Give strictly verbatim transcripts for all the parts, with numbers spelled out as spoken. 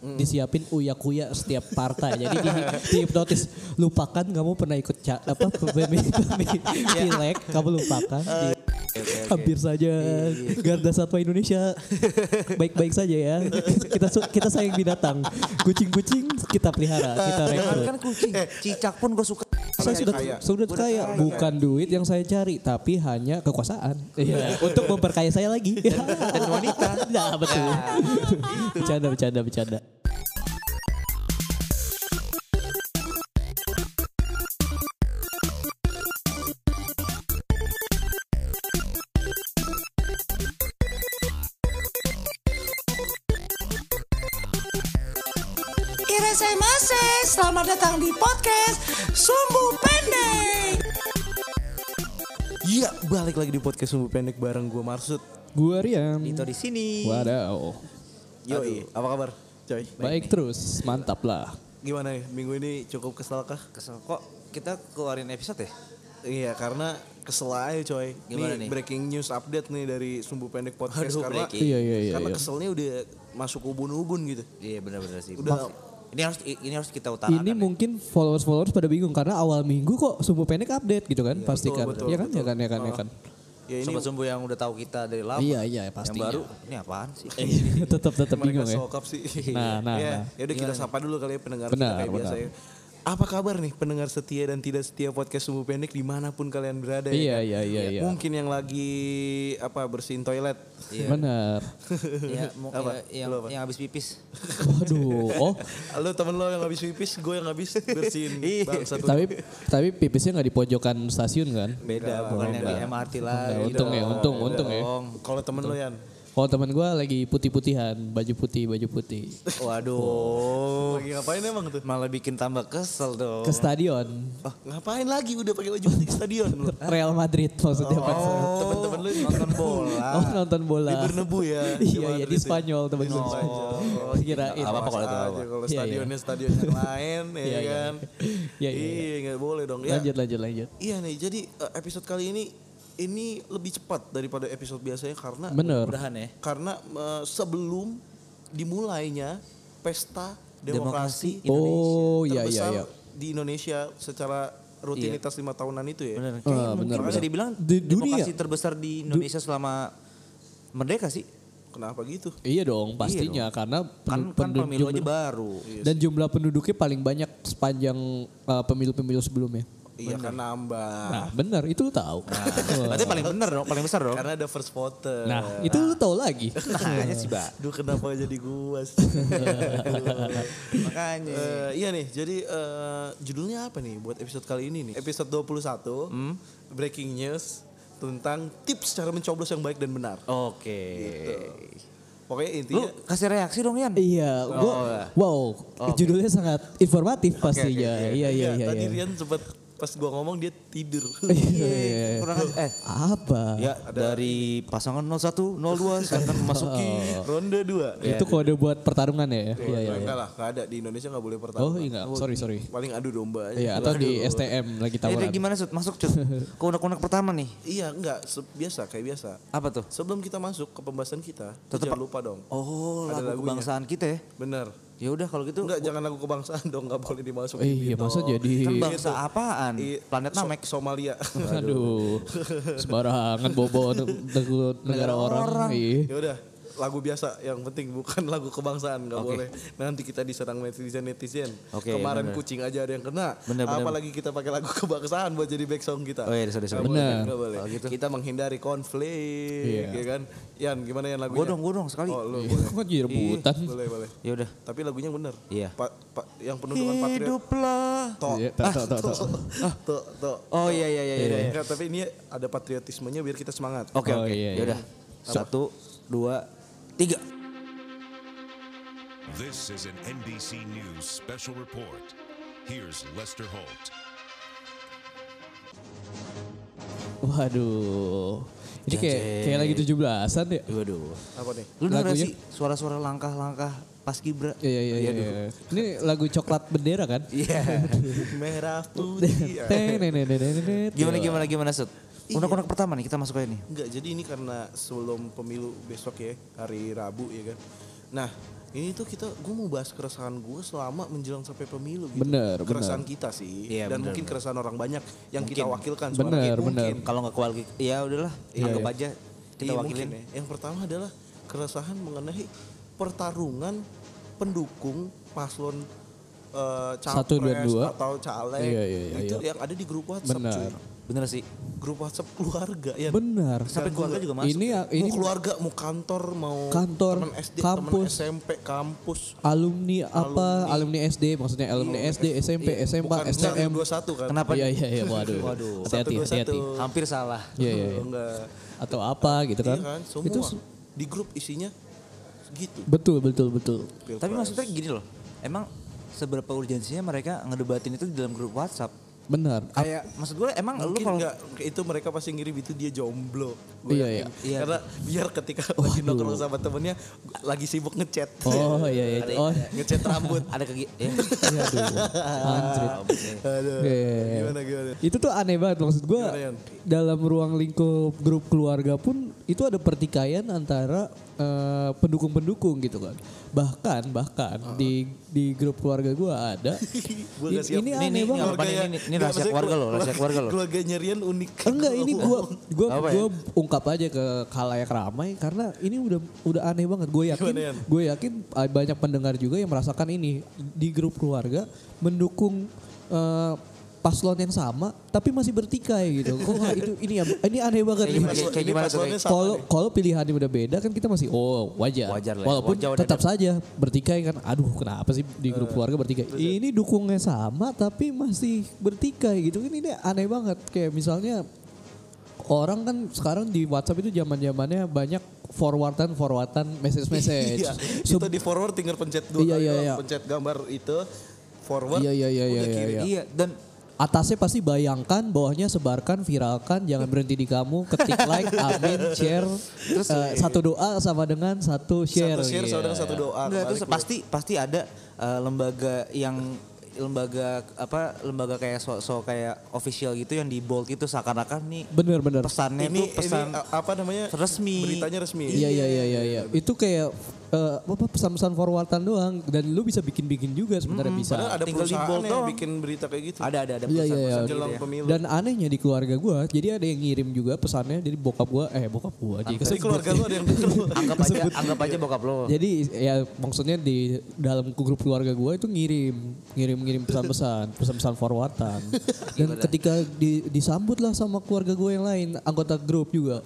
mm. disiapin uya-kuya setiap partai. Jadi di, dihipnotis, lupakan kamu pernah ikut ca- apa pileg, kamu lupakan. Uh, di, okay, okay. Hampir saja Garda Satwa Indonesia baik-baik saja ya. Kita kita sayang binatang. Kucing-kucing kita pelihara, kita rekrut. Kan kucing, cicak pun gue suka. Saya sudah kaya. sudah kaya, bukan duit yang saya cari, tapi hanya kekuasaan. Iya. Untuk memperkaya saya lagi. Dan wanita. Nah, betul. Bercanda, bercanda, bercanda. Irasemase, selamat datang di podcast Sumbu Pendek. Iya, balik lagi di podcast Sumbu Pendek bareng gue Marsud. Gue Rian. Itu di sini. Wadaw. Yoi, apa kabar, coy? Baik, Baik terus, mantap lah. Gimana nih, minggu ini cukup kesel kah? Kesel kok kita keluarin episode ya? Iya, karena kesel aja coy. Gimana nih, nih? breaking news update nih dari Sumbu Pendek Podcast. Aduh, karena breaking. Iya, iya, iya, karena iya. keselnya udah masuk ubun-ubun gitu. Iya benar-benar sih. Udah. Ini harus ini harus kita utarakan. Ini ya. mungkin followers-followers pada bingung karena awal minggu kok Sumbu Pendek update gitu kan, Iya, pastikan. betul, Iya kan, betul. ya kan, ya kan, ya kan. Ya ini Sobat Sumbu yang udah tahu kita dari lama. Iya, iya, pastinya. Yang baru, ini apaan sih? tetap tetap mereka bingung ya. sokap sih. Nah, nah, ya, nah. ya udah kita sapa dulu kali ya pendengar Benar, kita kayak biasa benar. ya. Apa kabar nih pendengar setia dan tidak setia podcast Sumbu Pendek dimanapun kalian berada Iya, ya kan? iya, iya, iya. Mungkin yang lagi apa bersihin toilet. Iya. Benar. Ya, mau, Apa? ya, yang Lu apa? yang habis pipis. Waduh, oh. Lo temen lo yang habis pipis, gue yang habis bersihin bangsa tuh. tapi tapi pipisnya nggak di pojokan stasiun kan? Beda, bukan yang di M R T lah. Enggak, gitu. untung ya, untung, untung ya. Kalau temen lo Yan. Kalau teman gue lagi putih-putihan, baju putih, baju putih. Waduh. Lagi ngapain emang tuh? Malah bikin tambah kesel dong. Ke stadion. Oh, ngapain lagi udah pakai baju putih ke stadion lo? Real Madrid maksudnya. Pak. Oh, temen-temen lu nonton bola. Oh, nonton bola. Di Bernebu ya. iya, iya Madrid di ya. Spanyol teman gue. Oh, Kirain. Apa apa kalau itu Aja apa? kalau Iya, iya. stadionnya stadion yang lain ya Iya, iya. kan. Iya, iya. Iya nggak boleh dong. Ya, Lanjut, lanjut, lanjut. iya nih jadi eh, episode kali ini ini lebih cepat daripada episode biasanya karena Bener. Mudahan ya. karena eh, sebelum dimulainya pesta demokrasi, Demokrasi Oh, iya, iya, terbesar iya. di Indonesia secara rutinitas lima tahunan itu ya. Bener. Ah, Kayaknya bener, mungkin bisa bener. dibilang Di dunia. demokrasi terbesar di Indonesia selama merdeka sih. Kenapa gitu? Iya dong, pastinya karena Kan, pen- kan penduduk- pemilu aja jumlah- baru. dan jumlah penduduknya paling banyak sepanjang uh, pemilu-pemilu sebelumnya. Iya kan nambah. Nah, benar itu lu tahu. Berarti paling bener dong, paling besar dong. Karena ada first voter. Nah, itu lu tahu lagi. Nah, sih, Mbak. Duh kenapa jadi gua sih? Makanya. Eh, iya nih, jadi eh, judulnya apa nih buat episode kali ini nih? Episode dua puluh satu, breaking news tentang tips cara mencoblos yang baik dan benar. Oke. Pokoknya Lu intinya kasih reaksi dong, Yan. Iya, gua, wow, judulnya sangat informatif pastinya. Iya, iya, iya. tadi iya. Rian sempat pas gua ngomong dia tidur. Iya, iya. Kurang eh Apa? ya dari pasangan nol satu nol dua akan memasuki Ronde dua. Itu kode buat pertarunan ya? Iya, iya. iya. Enggak lah, enggak ada di Indonesia enggak boleh Oh, pertarungan. enggak. Sorry, sorry. Paling adu domba aja. Iya, atau di S T M lagi Eh, tawaran. dia gimana Sud? Masuk Cut. Ke unek-unek pertama nih. Iya, enggak, se- biasa kayak biasa. Apa tuh? Sebelum kita masuk ke pembahasan kita, Tetep- jangan lupa dong. Oh, Ada lagu lagunya. kebangsaan kita ya. Bener. Ya udah kalau gitu. Enggak, jangan lagu kebangsaan dong, enggak boleh dimasukin. Eh, iya, gitu. masa jadi Kan bangsa apaan? I- Planet So- Namek. Somalia. aduh. Sembarangan bobo negara, negara orang. Iya. Ya udah, lagu biasa yang penting bukan lagu kebangsaan, nggak Oke. boleh. Nanti kita diserang netizen netizen. Oke, Kemarin bener. kucing aja ada yang kena. Bener, bener. Apalagi kita pakai lagu kebangsaan buat jadi back song kita. Oh iya, sorry, sorry. Nggak boleh, Bener. nggak boleh. Kalau gitu. Kita menghindari konflik, Iya. ya kan? Yan, gimana Yan lagunya? Gue dong, gue dong sekali. Oh, lu Iya, boleh. kok jadi rebutan? Boleh, boleh. Ya udah. Tapi lagunya bener. Iya. Pa- pa- yang penuh dengan patriot. Hiduplah. Tok. Iya, tok, tok, tok, tok. Tok, tok. Oh iya iya iya iya. Enggak, tapi ini ada patriotismenya biar kita semangat. Oke Oh, oke. iya, Ya iya. udah. Satu, dua, tiga. This is an N B C News special report. Here's Lester Holt. Waduh. Ini kayak kayak lagi tujuh belasan ya? Waduh. Apa nih? Lu denger Lagunya? sih suara-suara langkah-langkah pas Kibra? Iya, iya, iya. iya. Ini lagu coklat bendera kan? Iya. Merah putih. Tenenenenenet. Gimana gimana gimana Sud? Unek-unek pertama nih kita masuk aja nih. Enggak, jadi ini karena sebelum pemilu besok ya, hari Rabu ya kan. Nah, ini tuh kita, gue mau bahas keresahan gue selama menjelang sampai pemilu gitu. Bener, keresahan bener. kita sih, Iya, dan bener, mungkin bener. keresahan orang banyak yang Mungkin. kita wakilkan. Bener, suara kita. bener. Mungkin. Kalau nggak kewal, ya udahlah, Iya, anggap iya. aja kita Iya, wakilin. mungkin ya. Yang pertama adalah keresahan mengenai pertarungan pendukung paslon eh, capres Satu, dua, dua. atau caleg. Iya, iya, iya, itu iya. yang ada di grup WhatsApp. Benar. Cuy. Bener sih. Grup WhatsApp keluarga ya. Benar. Sampai keluarga juga masuk. Ini Mau ini keluarga, mau kantor, mau Kantor, teman S D, kampus. teman S M P, kampus. alumni apa? Alumni. Alumni S D maksudnya alumni S D, S M P, Iya, S M A, bukan S T M. satu dua satu kan? Kenapa? Iya iya iya waduh. Waduh. Hati-hati satu dua satu. hati-hati. Hampir salah. Iya iya. iya. Enggak. Atau apa gitu kan. Iya kan, semua Itu se- di grup isinya gitu. betul betul betul. Tapi maksudnya gini loh, emang seberapa urgensinya mereka ngedebatin itu di dalam grup WhatsApp? Benar. Kayak maksud gue emang lu Mungkin kalau enggak, itu mereka pasti ngirim itu dia jomblo. Gua Iya, yakin. iya. Iya. Karena biar ketika lagi nongkrong sama temennya lagi sibuk ngechat. Oh iya iya. Oh ngechat rambut. ada kegi ya. iya aduh. Anjrit. Aduh. Iya, iya, iya. Gimana gimana? Itu tuh aneh banget maksud gue. Gimana, Yan? Dalam ruang lingkup grup keluarga pun itu ada pertikaian antara eh, pendukung-pendukung gitu kan. Bahkan bahkan di di grup keluarga gue ada. Gua ini, nggak siap. ini Ini- aneh ini- banget. apa nih? Ini- ini Nggak, rahasia maksudnya keluarga loh, keluarga- rahasia keluarga loh. Keluarganya Rian unik. Enggak ini gua gua Apa ya? gua ungkap aja ke khalayak ramai karena ini udah udah aneh banget. Gue yakin Gimana, Yan? gue yakin uh, banyak pendengar juga yang merasakan ini di grup keluarga mendukung uh, paslon yang sama tapi masih bertikai gitu. Kok nggak itu ini ya ini aneh banget. Kayak nih. gimana, kayak gimana tuh? paslonnya Kayak- sama Kalau nih. kalau pilihannya udah beda kan kita masih oh wajar. Wajar lah ya. Walaupun Wajar, tetap wajar. saja bertikai kan. Aduh kenapa sih di grup keluarga bertikai? Ini dukungnya sama tapi masih bertikai gitu kan ini aneh banget. Kayak misalnya orang kan sekarang di WhatsApp itu zaman-zamannya banyak forwardan forwardan message message. Iya, itu di forward tinggal pencet dua Iya, kali iya, doang. iya. Pencet gambar itu forward. Iya, iya, iya, udah iya, kirim. iya. Iya, dan Atasnya pasti bayangkan, bawahnya sebarkan, viralkan, jangan berhenti di kamu, ketik like, amin, share, eh, satu doa sama dengan satu share. Satu share sama dengan Iya. satu doa. enggak, Kebalik terus lu. pasti pasti ada eh, lembaga yang lembaga apa lembaga kayak so, so kayak official gitu yang di bold itu seakan-akan nih Bener bener. pesannya ini, tuh pesan ini a- apa namanya? resmi. Beritanya resmi. Iya iya iya iya. iya. Itu kayak eh, apa pesan-pesan forwardan doang dan lu bisa bikin-bikin juga sebenarnya bisa. Padahal ada Tinggal di perusahaan bold yang doang. bikin berita kayak gitu. ada ada ada Iya, iya, iya. pesan-pesan Jelang gitu ya. pemilu. Dan anehnya di keluarga gua, jadi ada yang ngirim juga pesannya, jadi bokap gua, eh bokap gua, jadi Jadi kesebut. keluarga lu ada yang denger lu. anggap aja anggap aja bokap lo. Jadi ya maksudnya di dalam grup keluarga gua itu ngirim, ngirim-ngirim pesan-pesan, pesan-pesan forwardan. Dan ketika di, disambut lah sama keluarga gue yang lain, anggota grup juga.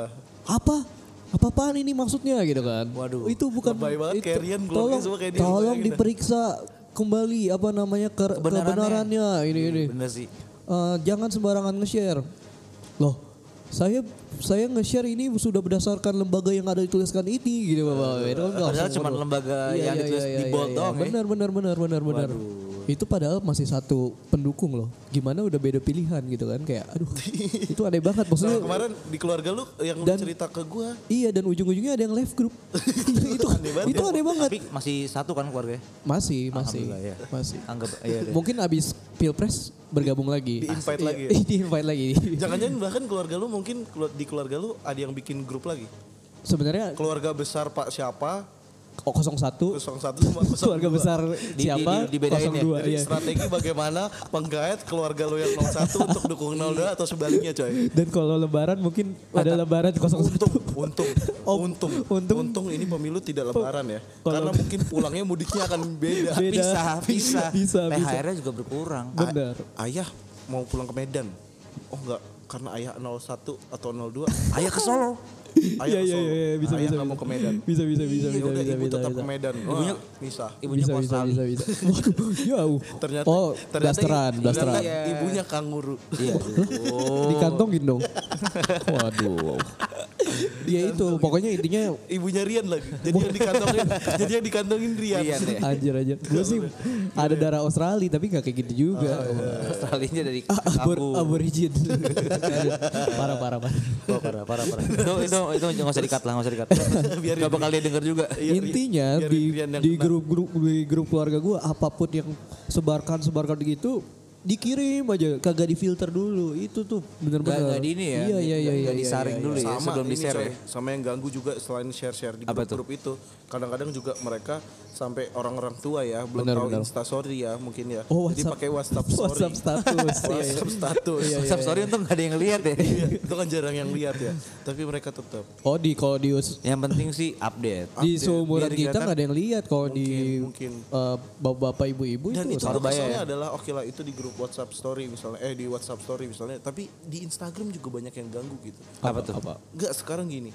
Apa? Apa-apaan ini maksudnya gitu kan? Waduh. Itu bukan Lebay banget, itu, kayak Rian, keluarganya tolong, semua kayak dia, tolong bayangin dah. diperiksa kembali apa namanya ke- Kebenarannya. kebenarannya ini ini. Bener sih. Eh, jangan sembarangan nge-share. Loh, saya saya nge-share ini sudah berdasarkan lembaga yang ada dituliskan ini gitu Bapak. Itu kan nggak Padahal usah cuma bodoh. lembaga yang ditulis di bold doang ya. Benar benar benar benar benar. Itu padahal masih satu pendukung loh. Gimana udah beda pilihan gitu kan kayak aduh. Itu aneh banget maksudnya. Nah, kemarin di keluarga lu yang lu Dan- cerita ke gua. Iya dan ujung-ujungnya ada yang left group. itu itu aneh banget. Tapi masih satu kan keluarga. Masih masih Alhamdulillah, ya. masih. Anggap iya deh. Mungkin abis pilpres bergabung lagi. Di-invite Iya, lagi ya? Di-invite lagi. Jangan-jangan bahkan keluarga lu mungkin kelu- di keluarga lu ada yang bikin grup lagi. Sebenarnya Keluarga besar Pak siapa? oh, nol satu nol satu sama nol keluarga dua. besar Di- siapa? di- dibedain ya? nol dua, Jadi iya. strategi bagaimana menggait keluarga lu yang nol satu untuk dukung nol dua atau sebaliknya coy. Dan kalau lebaran mungkin ada lebaran nol satu. Untung, untung, Oh, untung, untung. untung ini pemilu tidak lebaran ya. Kalau- Karena mungkin pulangnya mudiknya akan beda. Beda. Bisa, bisa. Bisa, T bisa. H R-nya juga berkurang. Benar. Ayah mau pulang ke Medan. Oh enggak, karena ayah nol satu atau nol dua. Ayah ke Solo. Ayah Iya ke iya Solo. iya bisa Ayah bisa. nggak mau ke Medan. Bisa bisa bisa Ya bisa udah bisa ibu bisa. tetap bisa. ke Medan. Ibunya- Wah, bisa. Ibunya Bisa ke bisa Australia. bisa bisa. Waduh, jauh. Ternyata Oh, ternyata blasteran, i- blasteran. ternyata ibunya kanguru. Iya. Dikantongin dong. Waduh. Dia itu pokoknya intinya Ibunya Rian lagi. Jadi yang dikantongin, jadi yang dikantongin Rian. Rian ya. anjir aja. Gue sih ada darah Australia tapi nggak kayak gitu juga. Australia dari Ah, Abor, kampung. aborigin. parah parah parah. Oh, parah, parah, parah. Itu, itu, itu nggak usah dikat lah, nggak usah dikat. Biar Gak bakal dia denger juga. Iya, Intinya biar di Rian yang di kena. grup-grup di grup keluarga gue apapun yang sebarkan sebarkan gitu dikirim aja, kagak difilter dulu. Itu tuh bener-bener. Gak, gak di ini ya? Iya iya iya. Gak iya, disaring iya, dulu iya. ya sama sebelum ini di-share coy, ya? sama yang ganggu juga selain share-share di Apa grup-grup itu. Kadang-kadang juga mereka sampai orang-orang tua ya belum Benar, tahu benar. Instastory ya mungkin ya. Oh, Jadi WhatsApp. pakai WhatsApp story. WhatsApp status. Iya, iya. WhatsApp status. WhatsApp story untung gak ada yang lihat ya. Iya, itu kan jarang yang lihat ya. Tapi mereka tetap. Oh di kalau di Yang penting sih update. di Update, seumuran biar kita kelihatan. nggak ada yang lihat kalau di mungkin. eh, bapak-bapak ibu-ibu Dan itu itu taruh tuh bayar kesannya ya. adalah oke lah itu di grup WhatsApp story misalnya, eh di WhatsApp story misalnya. Tapi di Instagram juga banyak yang ganggu gitu. Apa tuh? Apa? Enggak sekarang gini.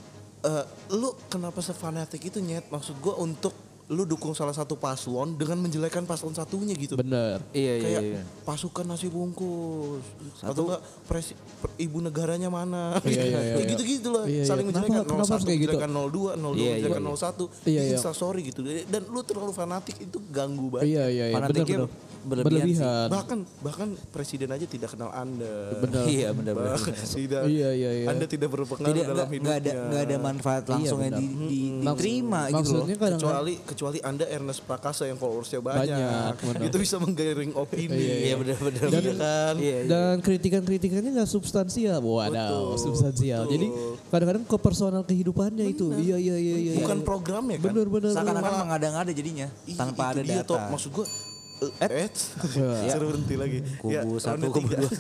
Eh, lu kenapa sefanatik itu Nyet? Maksud gue untuk lu dukung salah satu paslon dengan menjelekkan paslon satunya gitu. Bener. Iya iya Kayak iya. pasukan nasi bungkus atau enggak presi, per- ibu negaranya mana. Iya, iya, iya, Kayak gitu-gitu lah. iya, iya. Saling Kenapa- menjelekkan kenapa nol satu harus kayak gitu? menjelekkan nol dua, nol dua Iya, iya, menjelekkan iya. nol satu. Iya, Di iya. Instastory gitu. Dan lu terlalu fanatik itu ganggu banget. Iya iya iya. Fanatiknya Bener-bener. berlebihan sih. Berlebihan. Bahkan bahkan presiden aja tidak kenal Anda. Bener. Iya benar-benar. Bahkan tidak. Iya iya iya. Anda tidak berpengaruh Tidak dalam nggak hidupnya. nggak ada nggak ada manfaat langsung yang benar. di, di, diterima gitu loh. Maksudnya kadang kecuali kecuali Anda Ernest Prakasa yang followersnya banyak, Banyak, benar. itu bisa menggiring opini. Iya benar-benar. Dan kan Iya, iya. dan kritikan-kritikannya nggak substansial. Waduh, substansial. Jadi kadang-kadang ke personal kehidupannya itu. Iya iya iya iya. bukan programnya kan. Bener-bener. Seakan-akan mengada-ngada jadinya Ih, tanpa itu ada dia, data. Toh. Maksud gua eh, eh, suruh berhenti lagi. Kubu satu, ronde kubu tiga. dua.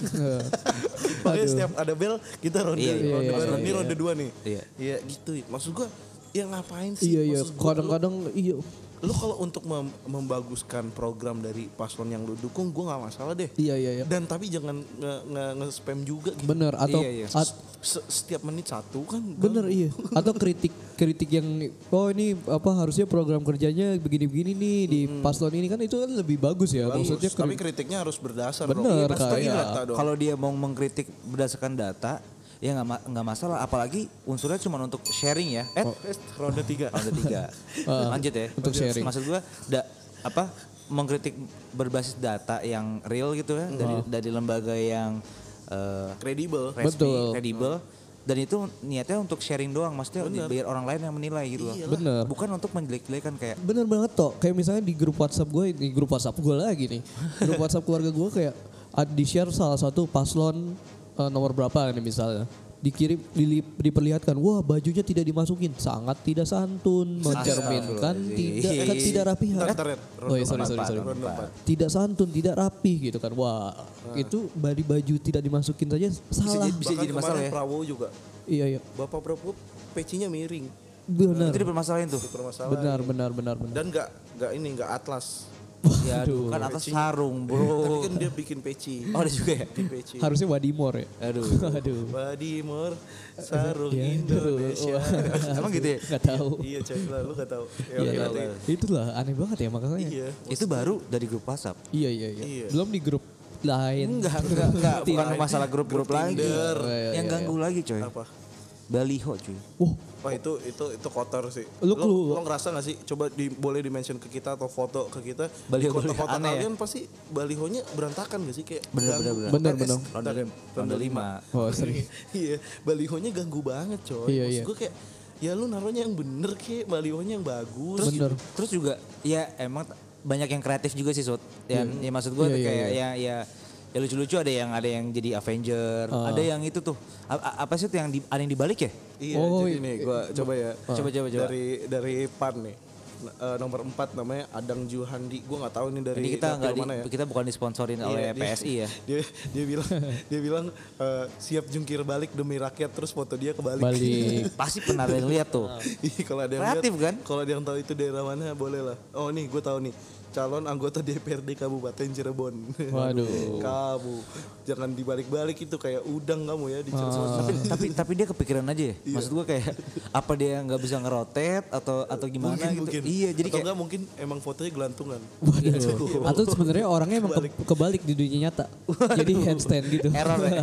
Makanya setiap ada bel kita ronde, Iya, iya, ronde iya, baru. iya, Ini iya. ronde dua nih. Iya. Iya gitu. Maksud gua ya ngapain sih? Iya iya. Maksud gua, Kadang-kadang iya. lu, lu kalau untuk mem- membaguskan program dari paslon yang lu dukung, gua nggak masalah deh. Iya iya iya. Dan tapi jangan nge- nge- nge-spam juga gitu. Bener atau Iya, iya. at- Se- setiap menit satu kan. bener iya. Atau kritik kritik yang oh ini apa harusnya program kerjanya begini-begini nih di paslon ini kan itu kan lebih bagus ya. Bagus, Maksudnya tapi kri- kritiknya harus berdasar. Bener, dong. Pasti kayak- data dong. Kalau dia mau mengkritik berdasarkan data, ya nggak ma- nggak masalah. Apalagi unsurnya cuma untuk sharing ya. Eh, Eh, ronde tiga. ronde tiga. Lanjut ya. untuk sharing. Maksud gua, da, apa mengkritik berbasis data yang real gitu ya dari dari lembaga yang eh, Kredibel. resmi, Betul. kredibel. Dan itu niatnya untuk sharing doang, maksudnya biar orang lain yang menilai gitu loh. Bener. Bukan untuk menjelek-jelekan kayak Bener banget toh. Kayak misalnya di grup WhatsApp gue, di grup WhatsApp gue lagi nih. Grup WhatsApp keluarga gue kayak ad- di-share salah satu paslon eh, nomor berapa nih misalnya. Dikirim, dilip- diperlihatkan, wah bajunya tidak dimasukin, sangat tidak santun, mencerminkan tidak kan tidak rapi. Ntar, Eh, ntar, Red. Oh iya sorry sorry sorry. Ronde empat. Tidak santun, tidak rapi gitu kan. Wah itu badi baju tidak dimasukin saja salah. jadi- bisa Bahkan jadi masalah kemarin ya. Prabowo juga. Iya iya. Bapak Prabowo pecinya miring. Benar. itu dipermasalahin tuh. Bermasalah. Benar benar benar benar. Dan nggak nggak ini nggak atlas. Ya aduh, kan atas sarung bro. Tapi kan dia bikin peci. Oh ada juga ya? Bikin peci. Harusnya Wadimor ya. Aduh. Aduh. Badimor sarung Ya, Indonesia. Emang gitu ya? Gak tahu. Iya coy, lah, lu gak tahu. Ya, Iya, oke, iya. nanti. Itulah aneh banget ya makanya. Iya. Itu baru dari grup WhatsApp. Iya iya iya. Iya. Belum di grup lain. Enggak, enggak, enggak. Bukan Tinder. masalah grup-grup Grup lagi. Tinder. Oh, iya, Yang iya, ganggu lagi coy. Apa? Baliho cuy. Wah, Wah itu itu itu kotor sih. Lu- Lo, lu- lo ngerasa gak sih? Coba di, boleh di mention ke kita atau foto ke kita. Baliho- Di kota-kota baliho aneh ya? kalian pasti balihonya berantakan gak sih? Kayak Bener, ganggu. bener, bener. Bener, Eh, bener. eh, Ronde, bentar, ronde lima. oh sering. Iya, balihonya ganggu banget coy. Iya, Maksud iya. gue kayak ya lu naruhnya yang bener kayak balihonya yang bagus. Terus, Bener. terus juga ya emang t- banyak yang kreatif juga sih Sot. Ya, ya maksud gue Iya, iya, kayak iya. ya ya ya lucu-lucu ada yang ada yang jadi Avenger, Ah. ada yang itu tuh. A- a- apa sih tuh yang di, ada yang dibalik ya? Iya, Oh, jadi iya. nih gua coba ya. Coba coba coba. Dari dari P A N nih. N- eh, nomor empat namanya Adang Juhandi. Gua nggak tahu nih dari Ini kita dapil nggak di, mana ya. kita bukan disponsorin Iya, oleh dia- P S I ya. Dia dia bilang dia bilang eh, siap jungkir balik demi rakyat terus foto dia kebalik. Balik. Pasti pernah ada yang lihat tuh. Iya, kalau ada yang Kreatif, lihat, kan? Kalau ada yang tahu itu daerah mana boleh lah. Oh nih gue tahu nih. Calon anggota D P R D Kabupaten Cirebon. Waduh. Kamu jangan dibalik-balik itu kayak udang kamu ya di Cirebon. tapi tapi tapi dia kepikiran aja ya. Maksud gue kayak apa dia nggak bisa ngerotet atau atau gimana Mungkin, gitu. mungkin. Iya, jadi Atau kayak enggak mungkin emang fotonya gelantungan. Waduh. Atau sebenarnya orangnya emang ke- kebalik di dunia nyata. Jadi handstand gitu. error ya.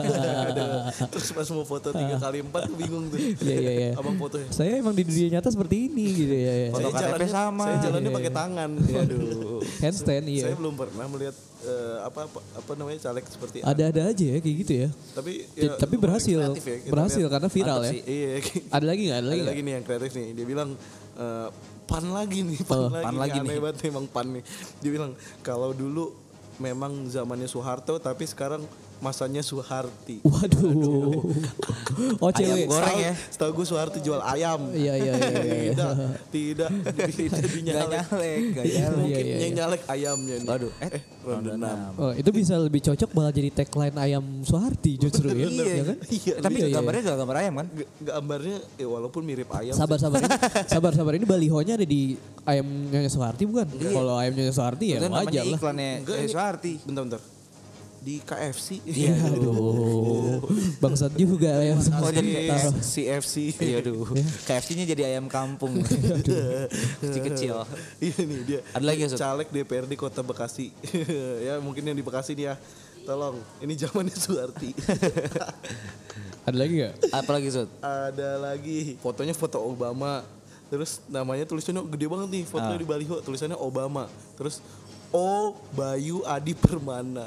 Terus pas mau foto tiga kali empat tuh bingung tuh. Iya iya iya. Abang fotonya. Saya emang di dunia nyata seperti ini gitu ya. ya. Foto K T P jalannya- sama. Saya jalannya Iya, pakai iya. tangan. Waduh. Handstand iya. Saya belum pernah melihat eh, apa, apa apa namanya caleg seperti Ada-ada aja ya kayak gitu ya. Tapi Ya, tapi lumayan berhasil. kreatif ya. Kita Berhasil lihat. karena viral Mantap ya. sih. Iya. Ada lagi nggak? Ada lagi Ada nggak? lagi nih yang kreatif nih. Dia bilang eh, pan lagi nih, pan Oh, lagi. pan nih. lagi Aneh nih. banget emang pan nih. Dia bilang kalau dulu memang zamannya Soeharto tapi sekarang masanya Soeharti. Waduh. Oh cewek. Ayam goreng ya. Setahu gue Soeharti jual ayam. Iya iya iya. Tidak, tidak, tidak Gak dinyalek. nyalek, gak nyalek. Mungkin iya, iya. yang nyalek ayamnya nih. Waduh, eh, eh ronde enam. Oh, itu bisa lebih cocok malah jadi tagline ayam Soeharti justru ya. Iya. Ya kan? Iya, Tapi iya, iya. gambarnya gak gambar ayam kan? G- gambarnya eh, walaupun mirip ayam. Sabar sabar ini sabar sabar ini balihonya ada di ayam Nyonya Soeharti bukan? Kalau ayam Nyonya Soeharti ya Itu namanya wajar lah. iklannya Enggak, eh, ini- Soeharti. Bentar-bentar. Di K F C. Iya aduh. Bangsat juga ayam Oh Soeharti. jadi Taruh. C F C. Iya aduh. K F C-nya jadi ayam kampung. Kecil-kecil. Iya nih dia. Ada lagi ya, Sud? Caleg D P R D Kota Bekasi. Ya mungkin yang di Bekasi nih ya. Tolong, ini zamannya Soeharti. Ada lagi gak? Apalagi Sud? Ada lagi fotonya foto Obama. Terus namanya tulisannya gede banget nih fotonya Ah. di baliho tulisannya Obama. Terus O Bayu Adi Permana.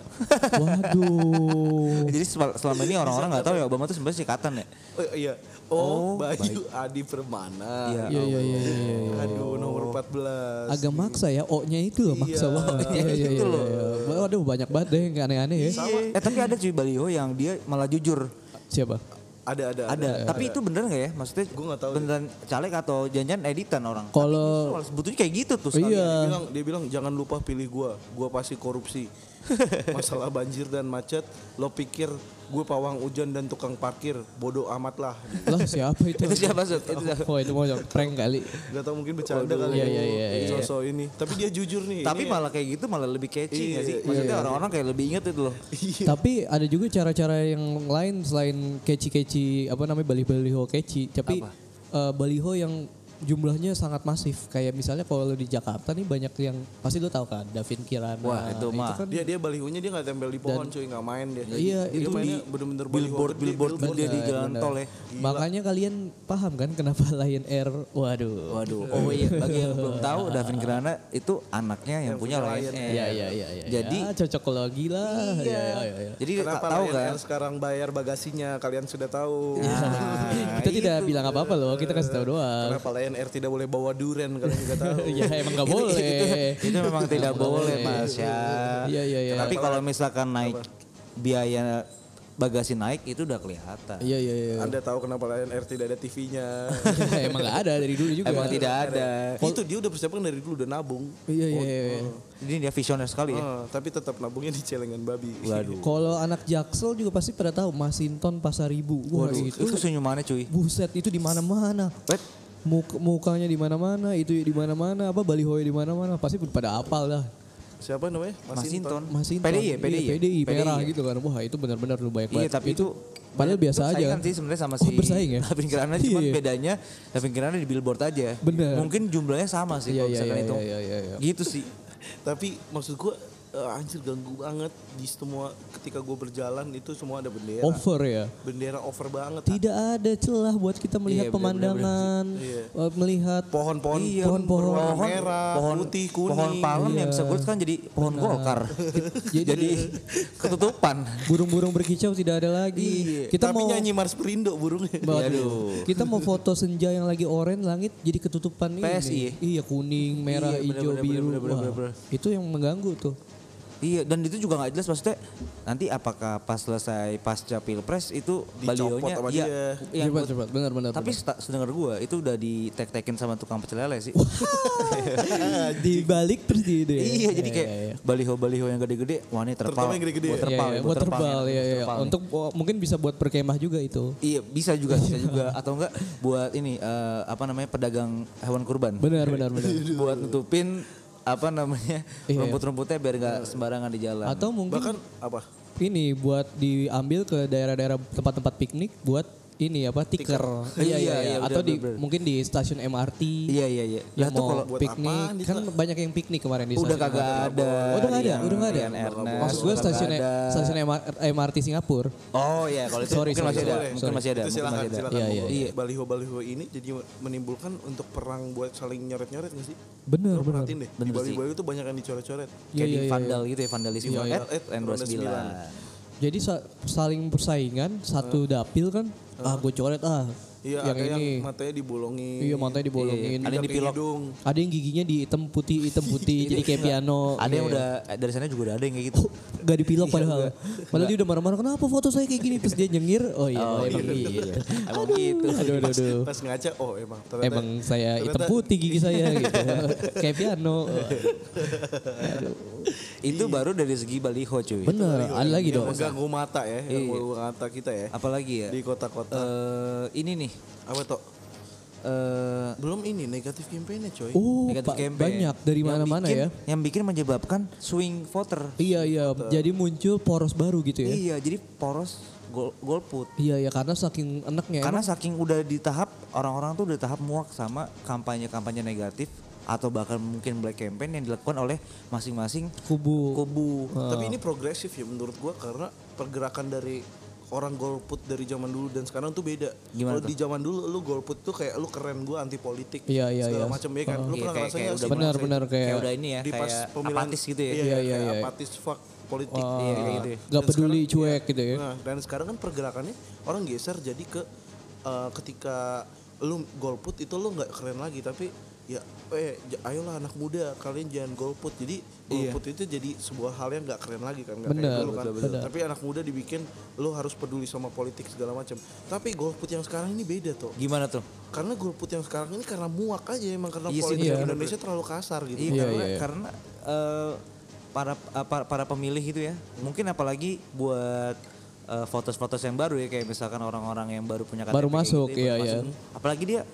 Waduh. Jadi sel- selama ini orang-orang nggak tahu ya Obama itu sebenarnya singkatan ya. Oh iya. O Oh, Bayu Adi Permana. Iya. Iya iya iya iya. iya. Aduh nomor empat belas. Agak maksa ya, O-nya itu loh maksa Iya. banget. Iya iya Itu iya. loh. iya. Waduh banyak banget deh yang aneh-aneh ya. Eh tapi ada cuy baliho yang dia malah jujur. Siapa? Ada ada Ada. Tapi itu bener nggak ya? Maksudnya Gua nggak tahu. beneran caleg atau janjian editan orang? Kalau Malah sebetulnya kayak gitu tuh. sekali. iya. Dia bilang, dia bilang jangan lupa pilih gua, gua pasti korupsi. Masalah banjir dan macet, lo pikir gue pawang hujan dan tukang parkir, bodoh amat lah. lah siapa itu? Itu siapa Sud? Itu siapa? Oh itu mau prank kali. Gak tau mungkin bercanda kali Iya, ya. iya, iya, iya. Sosok ini. Tapi dia jujur nih. Tapi ini- malah kayak gitu malah lebih catchy Iya, nggak sih? iya, Maksudnya orang-orang kayak lebih inget itu loh. Tapi ada juga cara-cara yang lain selain catchy-catchy apa namanya baliho-baliho catchy. Tapi Apa? eh, baliho yang jumlahnya sangat masif. Kayak misalnya kalau lo di Jakarta nih banyak yang pasti lo tahu kan Davin Kirana. Wah, itu mah. kan dia dia balihonya dia nggak tempel di pohon cuy, nggak main dia. Iya, dia itu mainnya di bener-bener Billboard, baliho billboard gede, gede di Benar, jalan benar. tol ya. Makanya kalian paham kan kenapa Lion Air waduh. Waduh, oh iya bagi yang belum tahu Davin Kirana itu anaknya yang, Yang punya punya Lion Lion Air. Iya iya iya iya. Jadi ya, cocokologi lah. Iya. Iya iya iya. Jadi Kenapa tahu Lion kan? Air sekarang bayar bagasinya? Kalian sudah tahu. Nah, Kita tidak itu. bilang apa-apa loh, kita kasih tahu doang. Kenapa Lion Air tidak boleh bawa duren? Kalian juga tahu. Ya emang gak Itu- boleh. Itu, itu memang tidak Nggak boleh boleh. Mas ya. Iya iya iya. Tapi kalau misalkan naik biaya bagasi naik itu udah kelihatan. Iya iya iya. Anda tahu kenapa Lion Air tidak ada T V-nya? Emang gak ada dari dulu juga. Emang tidak ada. Itu dia udah persiapkan dari dulu, udah nabung. Iya iya iya. Ini dia visioner sekali ya. Ah, tapi tetap nabungnya di celengan babi. Waduh. Kalau anak Jaksel juga pasti pada tahu Masinton Pasaribu. Wah Waduh, itu, itu senyumannya cuy. buset itu di mana-mana. Wait, Muk- mukanya di mana-mana, itu di mana-mana, apa baliho di mana-mana, pasti pada apal dah. Siapa namanya? Masinton. Masinton. P D I ya, Iya, P D I ya? P D I merah P D I ya? gitu kan. Wah, itu benar-benar lu banyak Iya banget. tapi itu padahal biasa aja bersaingan kan. sih sebenarnya sama Oh, si bersaing ya? Davin Kirana cuma Iya. bedanya Davin Kirana di billboard aja. Bener. Mungkin jumlahnya sama sih Iya kalau iya misalkan iya itu. iya iya. iya. Gitu sih. Tapi maksud gue anjir ganggu banget di semua ketika gue berjalan itu semua ada bendera. Over ya. Bendera over banget. Tidak ada celah buat kita melihat Iya, benar-benar, pemandangan, eh, melihat Pohon-pohon Iya, pohon-pohon. berwarna merah, pohon putih, kuning. Pohon palem Iya. yang bisa gue kan jadi pohon golkar. Jadi- jadi ketutupan. burung-burung berkicau tidak ada lagi. Iya. Kita Tapi mau nyanyi Mars Perindo burungnya. Waduh. Aduh. Kita mau foto senja yang lagi oranye langit jadi ketutupan P S I ini. ya? Iya kuning, merah, Iya, hijau, bener-bener, biru. bener-bener, Wah, bener-bener. itu yang mengganggu tuh. Iya dan itu juga nggak jelas maksudnya nanti apakah pas selesai pasca pilpres itu Dicopot balionya sama iya, dia. yang Cepat, gua- cepat. Benar, benar, tapi benar. seta- sedengar gue itu udah di tek-tekin sama tukang pecel lele sih. Di balik terus di itu ya. Iya jadi Iya, kayak iya, iya. baliho-baliho yang gede-gede wah ini terpal. Terutama yang gede-gede ya? Iya, Waterpal, iya, ya, waterpal, waterpal, iya, iya. waterpal nih. Untuk oh, mungkin bisa buat berkemah juga itu. Iya bisa juga bisa juga atau enggak buat ini eh, apa namanya pedagang hewan kurban. Benar, benar, benar. Buat nutupin apa namanya Iya. rumput-rumputnya biar nggak sembarangan di jalan. Atau mungkin Bahkan apa? ini buat diambil ke daerah-daerah tempat-tempat piknik buat ini apa tiker. Iya iya Iya, iya. iya, Atau benar, di benar. mungkin di stasiun M R T. Iya iya iya. Yang Lah tuh mau kalau buat piknik apaan di kan sana? banyak yang piknik kemarin di udah stasiun kagak M R T. ada. Oh, udah nggak ada, yang udah nggak ada. Rian Ernest, Maksud gue udah stasiun nggak ada. stasiun M R T Singapura. Oh iya kalau itu Sorry, mungkin sorry, masih ada, sorry. mungkin Sorry. masih ada, Itu mungkin silakan, masih ada. silakan. Iya, iya, Pokoknya iya. Baliho-baliho ini jadi menimbulkan untuk perang buat saling nyoret-nyoret nggak sih? Bener, Lo bener. perhatiin deh, di Bener sih. baliho-baliho itu banyak yang dicoret-coret. Iya, Kayak iya, di iya. vandal gitu ya, vandalisme Iya, iya. at Eh, N dua sembilan. Jadi sa- saling persaingan satu dapil kan, ah gue coret ah Iya, yang ada ini. yang matanya dibolongin. Iya, matanya dibolongin. Ada yang dipilok. hidung. Ada yang giginya di hitam putih, hitam putih jadi kayak piano. Ada yang Iya. udah dari sana juga udah ada yang kayak gitu. Gak dipilok padahal. Padahal dia udah marah-marah, kenapa foto saya kayak gini? Terus dia nyengir, oh iya Oh, emang iya. gitu. Emang gitu. Aduh, aduh, aduh. Pas ngaca, oh emang. Ternyata, Emang saya hitam ternyata- putih gigi saya gitu. Kayak piano. Aduh. Itu baru dari segi baliho cuy. Bener, ada lagi yang dong. mengganggu mata ya, yang mengganggu mata kita ya. Apalagi ya? Di kota-kota. Eh, ini nih. Apa toh? eh Belum ini negatif campaign-nya coy. Oh, Negatif ba- campaign. banyak dari Yang mana-mana bikin- ya. Yang bikin menyebabkan swing voter. Iya, iya. Jadi muncul poros baru gitu ya. Iya, jadi poros gol golput. Iya, iya. Karena saking enaknya. Karena emang. saking udah di tahap orang-orang tuh udah tahap muak sama kampanye-kampanye negatif atau bahkan mungkin black campaign yang dilakukan oleh masing-masing kubu. kubu. Tapi ini progresif ya menurut gua karena pergerakan dari orang golput dari zaman dulu dan sekarang tuh beda. Gimana Kalau tuh? di zaman dulu lu golput tuh kayak lu keren, gua anti politik. Iya, iya, segala iya. macam ya kan. Lu Iya, pernah kayak- ngerasain kayak nggak udah sih? Benar-benar kayak, Kayak udah ini ya, di pas kayak pemilihan apatis gitu ya. Iya, Iya, iya, iya, kayak iya. apatis fuck politik. Wah, Iya, kayak gitu ya. gak Dan peduli sekarang- cuek gitu ya. Nah, dan sekarang kan pergerakannya orang geser jadi ke eh, ketika lu golput itu lu nggak keren lagi tapi ya eh j- ayolah anak muda kalian jangan golput. Jadi golput itu jadi sebuah hal yang nggak keren lagi kan, nggak kayak Bener, dulu kan. betul, betul. Tapi anak muda dibikin lu harus peduli sama politik segala macam. Tapi golput yang sekarang ini beda tuh. Gimana tuh? Karena golput yang sekarang ini karena muak aja emang karena Iya sih, politik iya. Indonesia terlalu kasar gitu. Iya, Iya, karena, iya, iya. karena eh, para para para pemilih itu ya, mungkin apalagi buat eh, fotos-fotos yang baru ya kayak misalkan orang-orang yang baru punya K T P Baru kayak masuk, gitu ya, iya, baru iya. masuk. Apalagi dia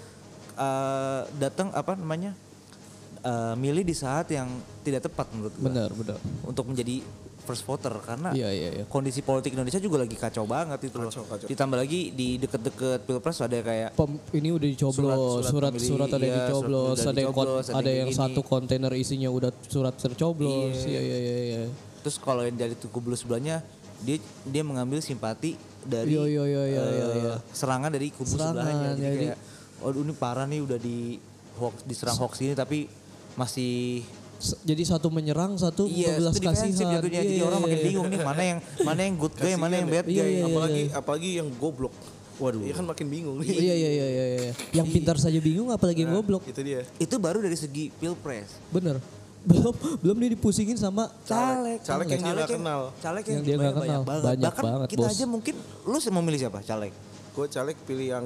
eh, datang apa namanya eh, milih di saat yang tidak tepat menurut gue Benar, benar. untuk menjadi first voter karena Iya, iya, iya. kondisi politik Indonesia juga lagi kacau banget itu loh. Kacau, kacau. Ditambah lagi di deket-deket pilpres ada kayak Pem- ini udah dicoblos, Surat- surat surat-surat ada pemilih, yang iya, dicoblos, surat ada yang kon- dicoblos, ada ada yang yang ini. satu kontainer isinya udah surat tercoblos. Iya. Iya, iya, iya, iya. terus kalau yang dari kubu sebelahnya dia dia mengambil simpati dari Iya, iya, iya, iya, eh, iya, iya. serangan dari kubu Serangan, sebelahnya jadi jadi- kayak oh ini parah nih udah di hoax diserang hoax ini tapi masih S- Jadi satu menyerang, satu iya membelas itu defensif kasihan. jatuhnya jadi Iya, orang makin iya, bingung nih mana yang mana yang good guy mana yang bad Iya, guy iya, iya. apalagi apalagi yang goblok. Waduh. Iya kan makin bingung nih. Iya, iya, iya, iya, iya. Yang pintar saja bingung apalagi yang goblok. Itu dia. itu baru dari segi pilpres Bener. Belum belum dia dipusingin sama caleg Caleg yang dia nggak kenal. caleg yang, Yang dia nggak banyak kenal. banget Banyak bahkan banget, kita Bos. aja mungkin lu mau milih siapa caleg Gue caleg pilih yang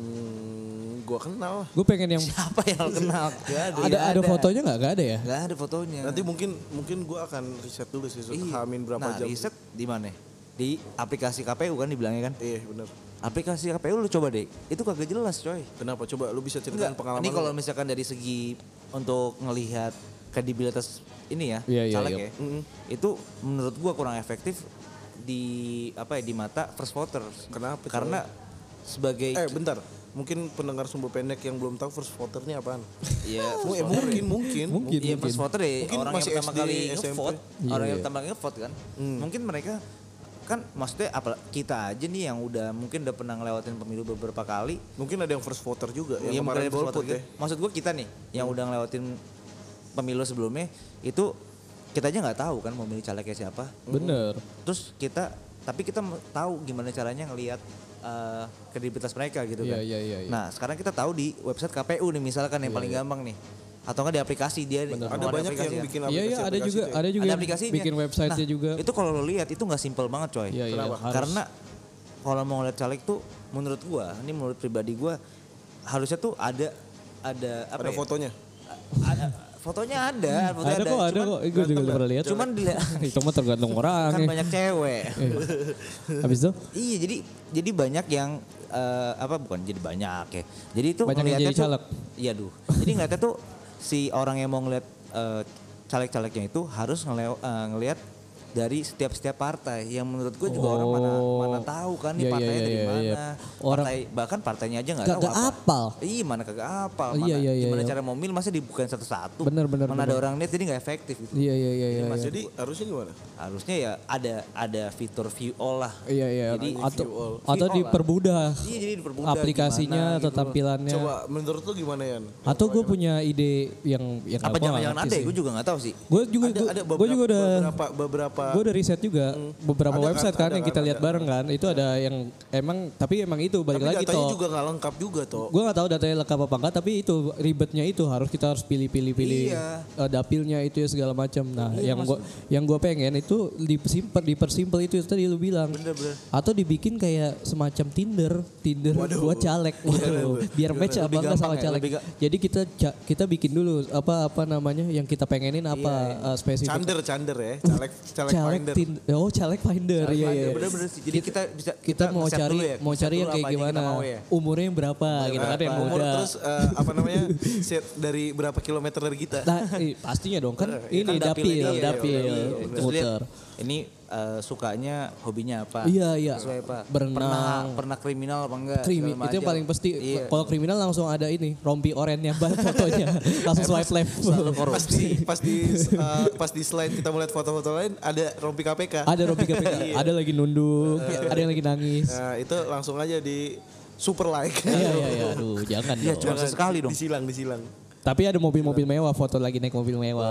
gua kenal lah. gue pengen yang siapa yang lu kenal Gak ada Tidak ada fotonya nggak? Gak ada ya? Gak ada fotonya. Nanti mungkin mungkin gue akan riset dulu sih Iya. hamin berapa nah, jam. riset di mana? Di aplikasi K P U kan dibilangnya kan. Iya benar. Aplikasi K P U lu coba deh. Itu kagak jelas coy. Kenapa coba lu bisa ceritain Enggak. pengalaman Ini lu? kalau misalkan dari segi untuk ngelihat kredibilitas ini ya, Iya, iya, caleg iya. ya. Itu menurut gua kurang efektif di apa ya di mata first voters. Kenapa, coy? Karena sebagai Eh bentar, mungkin pendengar sumbu pendek yang belum tahu first voter ini apaan? ya Oh, eh, mungkin mungkin. Mungkin, Iya mungkin. first voter ya Mungkin orang masih yang pertama S D, kali S M P. nge-vote, Iya, orang yang iya. pertama kali nge-vote kan. Hmm. Mungkin mereka kan maksudnya apa kita aja nih yang udah mungkin udah pernah ngelewatin pemilu beberapa kali. Mungkin ada yang first voter juga Iya, yang mungkin kemarin ada first golput voter ya. gitu. Maksud gue kita nih yang udah ngelewatin pemilu sebelumnya itu kita aja nggak tahu kan mau milih calegnya siapa. Bener. Terus kita tapi kita m- tahu gimana caranya ngelihat eh, kredibilitas mereka gitu Iya, kan. iya, iya, iya. Nah sekarang kita tahu di website K P U nih misalkan yang paling gampang nih. Atau nggak di aplikasi dia Ada mau banyak aplikasi yang ya. bikin Iya, iya, ada aplikasi-aplikasi juga, itu ya. ada juga Ada yang aplikasinya. bikin website-nya Nah, juga. Itu kalau lo lihat itu nggak simpel banget coy. Iya, iya, Kenapa? harus. Karena kalau mau ngeliat caleg tuh menurut gua, ini menurut pribadi gua harusnya tuh ada ada apa Ada ya? fotonya. Ada fotonya ada, fotonya ada kok, ada Cuman- kok. Gue juga udah pernah lihat. Cuman dilihat Itu mah tergantung orang. kan ya. banyak cewek. Habis itu Iya, jadi jadi banyak yang eh, apa bukan jadi banyak ya. Jadi itu Banyak yang ngeliatnya jadi tuh- caleg. Iya, duh. Jadi ngeliatnya tuh si orang yang mau ngeliat eh, caleg-calegnya itu harus ngelew, eh, ngeliat dari setiap-setiap partai yang menurut gue juga orang mana Oh. mana tahu kan nih Iya, iya, partainya iya, dari iya, mana. iya. Orang- Partai bahkan partainya aja nggak tahu Kagak apa. apal. Iya, mana kagak apal. Oh, Mana, iya, iya, iya, gimana iya. cara mau milih masa dibukain satu-satu. Bener, bener, Mana ada bener. orang net jadi nggak efektif gitu. Iya, iya, iya, iya. Mas, iya. Jadi harusnya gimana? Harusnya ya ada ada fitur view all lah. Iya, iya. Jadi atau view all. atau View all lah. dipermudah Iya, jadi dipermudah aplikasinya gimana atau gitu. tampilannya. Coba menurut lu gimana Yan? Atau gue punya ide yang yang Apa jangan-jangan ada ya? Gue juga nggak tahu sih. Gue juga Ada gua, ada gua beberapa, juga udah beberapa beberapa gue udah riset juga beberapa Ada website kan, kan, ada yang kita kan, lihat ada. bareng kan. Itu ada yang emang tapi emang itu balik Tapi lagi datanya toh. juga nggak lengkap juga toh. Gue nggak tahu datanya lengkap apa enggak, tapi itu ribetnya itu harus kita harus pilih-pilih pilih Iya. eh, dapilnya itu ya segala macam. Nah, yang gue yang gue pengen itu dipersimpel dipersimpel itu tadi lu bilang. Bener-bener. Atau dibikin kayak semacam Tinder, Tinder buat caleg. Waduh, biar match apa Lebih enggak sama gampang ya, caleg. lebih ga- Jadi kita ca- kita bikin dulu apa apa namanya yang kita pengenin apa eh, spesifik. Cander, cander ya. Caleg, caleg Caleg finder. Tinder. Oh, caleg finder. Iya, iya. Bener-bener sih. Jadi kita bisa Kita mau nge-set cari dulu ya, mau nge-set cari dulu yang kayak apa aja kita gimana, mau ya. umurnya yang berapa gitu kan, yang Umur muda. terus eh, apa namanya set dari berapa kilometer dari kita. Nah, eh, pastinya dong kan ini Kan dapil, dapilnya dia, dapil, iya, iya. Terus muter. lihat, ini eh, sukanya hobinya apa? Iya, iya. Sesuai apa? Berenang. Pernah pernah kriminal apa enggak? Krimi, Segala itu yang macam. paling pasti. Iya. Kalau kriminal langsung ada ini, rompi oranye banget fotonya. Langsung swipe left. Pas di pas di eh, pas di slide kita melihat foto-foto lain ada rompi K P K. Ada rompi K P K, ada lagi nunduk, ada yang lagi nangis. Nah, itu langsung aja di super like. Iya, iya, iya. Aduh, jangan Iya, dong. cuma sesekali dong. Disilang, disilang. Tapi ada mobil-mobil mewah, foto lagi naik mobil mewah.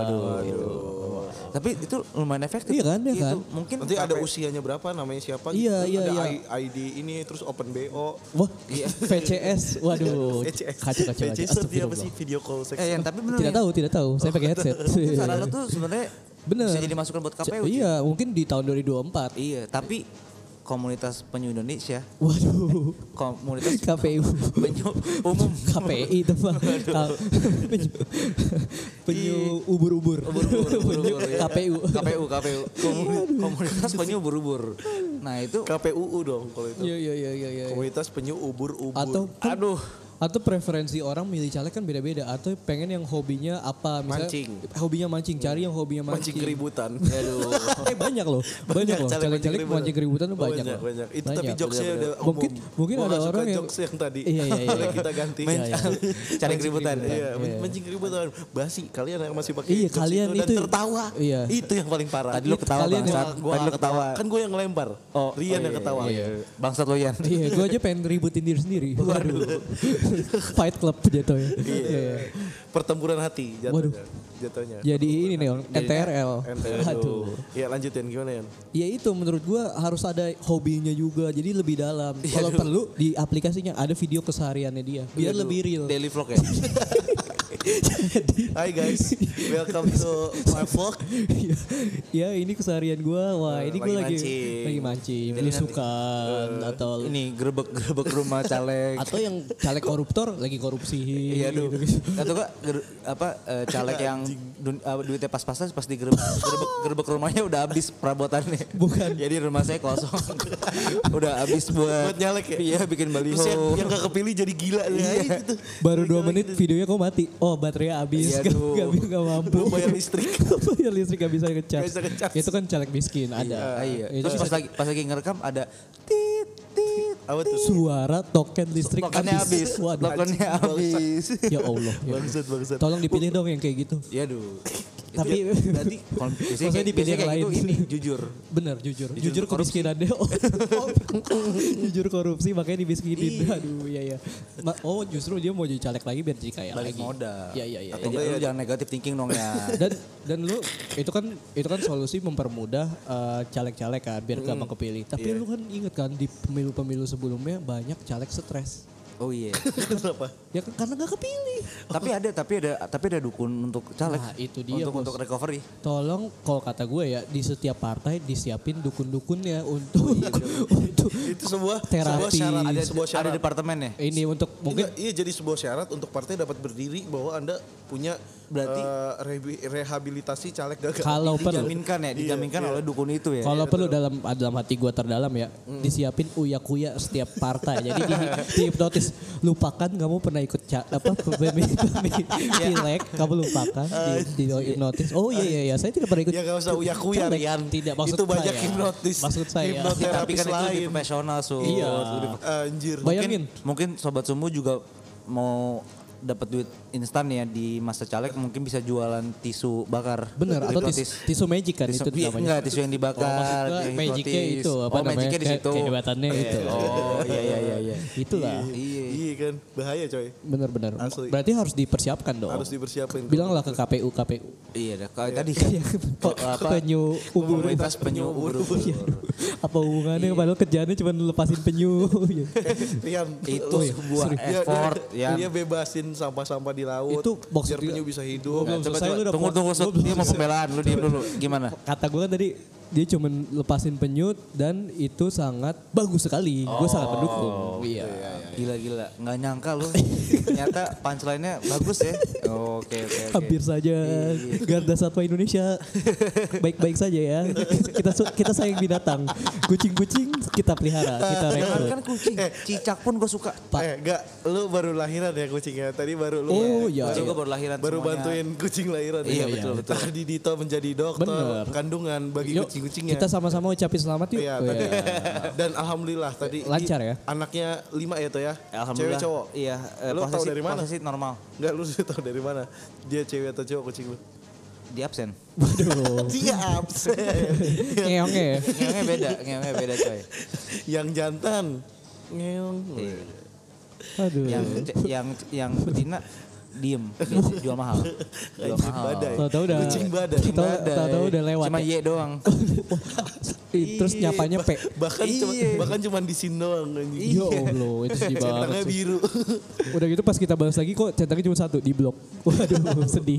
Tapi itu lumayan efektif. Iya kan, iya Itu kan. mungkin Nanti ada sampai- usianya berapa, namanya siapa Iya, gitu. iya, ada iya. I- ID ini terus open B O. Wah, V C S, waduh, V C S. kacau kacau V C kacau. S dia apa Astagfirullah. sih video call seks? Eh, yang tapi bener Tidak ya. tahu, tidak tahu. Saya pakai headset. Mungkin saran lo tuh sebenarnya Bener. bisa jadi masukan buat K P U. Ci. Iya, mungkin di tahun dua ribu dua puluh empat. Iya, tapi komunitas penyu Indonesia, Waduh, komunitas K P U. penyu umum K P I itu mah. Ka- penyu, penyu ubur-ubur. Ubur-ubur, Penyu ya. K P U. K P U, K P U. Komu- Komunitas penyu ubur-ubur. Nah itu K P U U dong kalau itu. Iya, iya, iya, iya, iya. Komunitas penyu ubur-ubur. Atau aduh, atau preferensi orang milih caleg kan beda-beda. Atau pengen yang hobinya apa misalnya Mancing. hobinya mancing, cari yang hobinya mancing. mancing keributan. Aduh. eh banyak loh, banyak, loh. caleg Caleg-caleg mancing keributan tuh Oh, banyak, banyak, loh. banyak. Itu Banyak. tapi jokesnya udah umum. Mungkin mungkin Gua ada nggak suka orang yang jokes yang tadi. Iya, iya, iya. Boleh kita ganti. Iya, iya. cari keributan. Iya, Iya. mancing keributan. Basi, kalian yang masih pakai Iya, jokes kalian dan itu. tertawa. Iya. Itu yang paling parah. Tadi lu ketawa Kalian bangsat. yang- Gua, Tadi lu ketawa. Kan gue yang ngelempar. Oh, Rian yang ketawa. iya. Bangsat lo Yan. Iya, gue aja pengen ributin diri sendiri. Waduh. Fight club jatuhnya. Iya, iya. Pertempuran hati Waduh. jatuhnya. Jatuhnya. Jadi ini nih, Om, N T R L. N T R L. Aduh. Iya lanjutin gimana Yan? Ya itu menurut gua harus ada hobinya juga. Jadi lebih dalam. Kalau perlu di aplikasinya ada video kesehariannya dia. Biar lebih real. Daily vlog ya. Hai guys, welcome to my vlog. ya ini keseharian gua. Wah, ini gua lagi lagi mancing. lagi mancing, belusukan atau Ini gerebek-gerebek rumah caleg. atau yang caleg koruptor lagi korupsi. Iya aduh. Atau enggak ger- apa eh, caleg yang dun- apa, duitnya pas-pasan pas digerebek gerebek, gerebek rumahnya udah habis perabotannya. Bukan. Jadi rumah saya kosong. udah habis buat Buat nyalek ya? Iya bikin baliho. Terus yang, yang gak kepilih jadi gila. Iya. Gitu. Baru dua menit videonya kok mati. Oh baterainya habis. Iya, Gak, aduh. gak, gak mampu. Belum bayar listrik. bayar listrik gak bisa ngecas. Gak bisa ngecas. Itu kan caleg miskin ada. Ah, iya. Itu Terus pas lagi pas lagi ngerekam ada tit tit. Apa tuh? suara token listrik Tokennya habis. Waduh. Tokennya habis. Ya Allah. Ya. Bangsat, bangsat. Tolong dipilih dong yang kayak gitu. Ya aduh. Tapi Berarti kalau biasanya, Maksudnya dipilih biasanya yang kayak gitu lain. ini jujur. bener jujur. Jujur Jujur, korupsi. kemiskinannya. Oh. jujur korupsi makanya dimiskinin. Aduh iya iya. Ma- Oh justru dia mau jadi caleg lagi biar jadi kaya Balik lagi. modal. Iya iya iya. Atau iya. enggak lu jangan negatif thinking dong ya. Dan dan lu itu kan itu kan solusi mempermudah eh, caleg-caleg kan biar gampang kepilih. Tapi lu kan inget kan di pemilu-pemilu sebelumnya banyak caleg stres. Oh iya. Kenapa? Ya kan karena gak kepilih. Tapi ada tapi ada tapi ada dukun untuk caleg. Nah, itu dia, Untuk Bos. untuk recovery. Tolong kalau kata gue ya di setiap partai disiapin dukun-dukunnya untuk untuk Itu sebuah Terapi. sebuah syarat. Ada sebuah syarat. ada departemen ya? ini untuk mungkin Enggak, iya jadi sebuah syarat untuk partai dapat berdiri bahwa Anda punya Berarti- eh, rebi- rehabilitasi caleg gagal. kalau perlu Dijaminkan ya, dijaminkan oleh dukun itu ya. kalau perlu dalam dalam hati gue terdalam ya disiapin uya-kuya setiap partai jadi di, dihipnotis lupakan kamu pernah ikut ca- apa pemilih pilek kamu lupakan di, di hipnotis oh iya iya iya saya tidak pernah ikut Ya gak usah uya-kuya caleg. Rian. tidak maksud Itu banyak saya. hipnotis. maksud saya Hipnotis. Tapi kan itu lain. lebih profesional, Su. Iya. Lebih- Anjir. Bayangin. Mungkin sobat sumu juga mau dapat duit instan ya di masa caleg mungkin bisa jualan tisu bakar. Bener, atau tis, Hipnotis. tisu magic kan Tisu, itu iya, namanya. enggak, tisu yang dibakar. Oh, maksud gua yang magicnya hipnotis. itu apa oh, namanya? magicnya di Ke- situ. kehebatannya itu. Oh iya iya iya iya. Itulah. Iya. Iya kan, bahaya coy. Bener-bener. Asli. Berarti harus dipersiapkan dong. Harus dipersiapin. Bilanglah ke K P U K P U. Iya dah. Kalau tadi apa penyu ubur. komunitas penyu ubur-ubur. Apa hubungannya padahal kerjaannya cuma lepasin penyu. Rian, Itu lu- sebuah dia- dia- effort, dia, Yan. dia bebasin sampah-sampah di laut. Itu maksud biar dia- penyu bisa Gua hidup. belum Coba selesai, coba lu udah tunggu puas. tunggu Sud. Gua belum Dia mau selesai. pembelaan lu diam dulu. Gimana? Kata gue kan tadi dia cuma lepasin penyu dan itu sangat bagus sekali. Gue sangat mendukung. Iya. Gila-gila, nggak nyangka lu. Ternyata punchline-nya bagus ya. Oke oke oke. Hampir saja Garda Satwa Indonesia baik-baik saja ya. Kita su- kita sayang binatang. Kucing-kucing kita pelihara, kita rekrut. Kan kucing, cicak pun gue suka. Eh, enggak, lu baru lahiran ya kucingnya. Tadi baru lu Oh, iya. Baru gue baru lahiran baru semuanya. bantuin kucing lahiran. Iya, ya. betul, betul. Tadi Dito menjadi dokter Bener. kandungan bagi Yuk, kucing-kucingnya. kita sama-sama ucapin selamat yuk. Iya, Oh, tadi. iya. Dan alhamdulillah tadi Lancar ya? Anaknya lima ya tuh ya. Alhamdulillah. Cewek cowok. Iya, eh, Lu tahu posisi, dari mana? posisi normal. Enggak, lu sudah tahu dari mana? Dia cewek atau cowok kucing lu? Di absen. Waduh. Dia absen. Ngeongnya ya. Ngeongnya beda, ngeongnya beda coy. Yang jantan ngeong. Aduh. Yang yang yang betina diem, dia jual mahal. Jual Kucing mahal. badai. Tahu-tahu udah. Kucing badai. Tahu- Tahu-tahu udah lewat. Cuma ya. ye doang. Ih, Terus nyapanya P. Bahkan cuma Iya. bahkan cuma di sini doang anjing. Ya Allah, itu sedih banget Centangnya sih. biru. Udah gitu pas kita balas lagi kok centangnya cuma satu di blok. Waduh, sedih.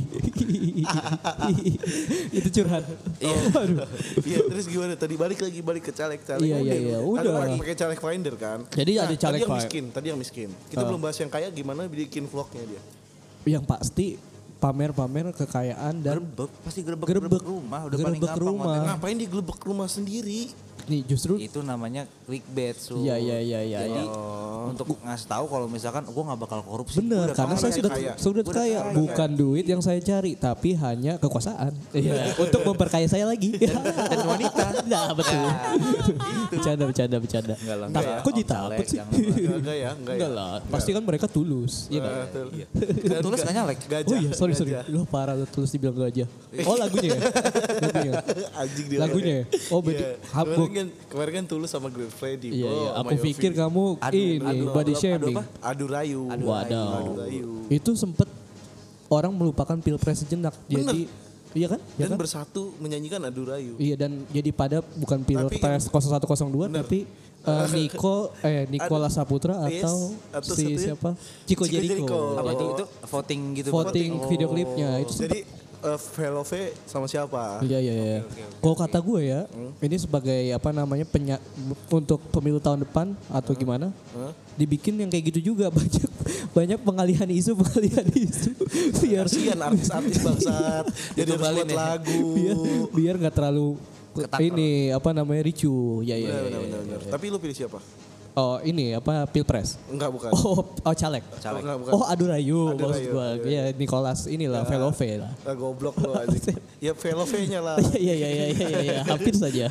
Itu curhat. Waduh. Iya, terus gimana tadi balik lagi balik ke caleg-caleg. Iya, iya, iya, udah. Ada orang pakai caleg finder kan. Jadi ada Tadi caleg yang fi- miskin, tadi yang miskin. Kita Ah. belum bahas yang kaya gimana bikin vlognya dia. Yang pasti pamer-pamer kekayaan dan Gerbek, pasti gerbek, Gerbek. gerbek rumah. Udah paling Gerbek gampang. rumah. kontennya. Ngapain dia gelebek rumah sendiri? nih justru Itu namanya clickbait. Su. iya iya iya iya. Jadi iya. untuk ngasih tahu kalau misalkan gue nggak bakal korupsi. Bener, Gua udah karena kaya. saya sudah kaya. sudah Gua udah kaya, kaya. bukan duit yang saya cari, tapi hanya kekuasaan. Iya, untuk memperkaya saya lagi. Dan wanita. Nah, betul. Bercanda, bercanda, bercanda. Enggak lah, Tak- enggak ya. Kok Om jadi takut Caleg, sih? jangan. Enggak ya, enggak ya. Enggak lah, pasti kan mereka tulus. Iya nggak? Betul. Kan tulus nggak nyalek. Gajah. Oh iya, sorry sorry. gajah. Lu parah lu tulus dibilang gajah. Oh lagunya ya? Lagunya. Anjing dia. Lagunya ya? Oh berarti Iya. hap- Kemarin kan, kemarin kan tulus sama Grand Freddy. Iya, bro, iya. sama Aku Yofi. pikir kamu Adu- ini adu- body adu- shaming. adu apa? Adu rayu. Wadaw. Adu rayu. Itu sempet orang melupakan pilpres sejenak. Jadi iya kan? Iya Dan kan? bersatu menyanyikan adu rayu. Iya dan jadi pada bukan pilpres nol satu nol dua Bener. tapi eh, Niko eh Nicola Saputra Yes, atau, atau si satunya siapa? Chico, Chico Jericho. Jericho. Apa Jadi itu, itu voting gitu. voting Oh. video klipnya itu Jadi uh, Velove sama siapa? Iya iya iya. Kalau kata gue ya, ini sebagai apa namanya penya untuk pemilu tahun depan atau gimana? Hah? Dibikin yang kayak gitu juga banyak banyak pengalihan isu pengalihan isu biar Kasihan artis-artis bangsat. Jadi harus Ditumbalin buat ya. lagu. biar biar nggak terlalu Ketat ini apa namanya ricu. Ya ya. Benar, ya, benar, ya, benar, ya. benar. Tapi lu pilih siapa? Oh ini apa pilpres? Enggak, bukan. Oh, oh caleg. Caleg. Enggak, bukan. Oh adu rayu, Adu maksud rayu, gua. adu Ya Nicholas inilah Velove lah. Ah, goblok lu anjing. Ya Velove-nya lah. Iya iya iya iya iya ya, hampir saja.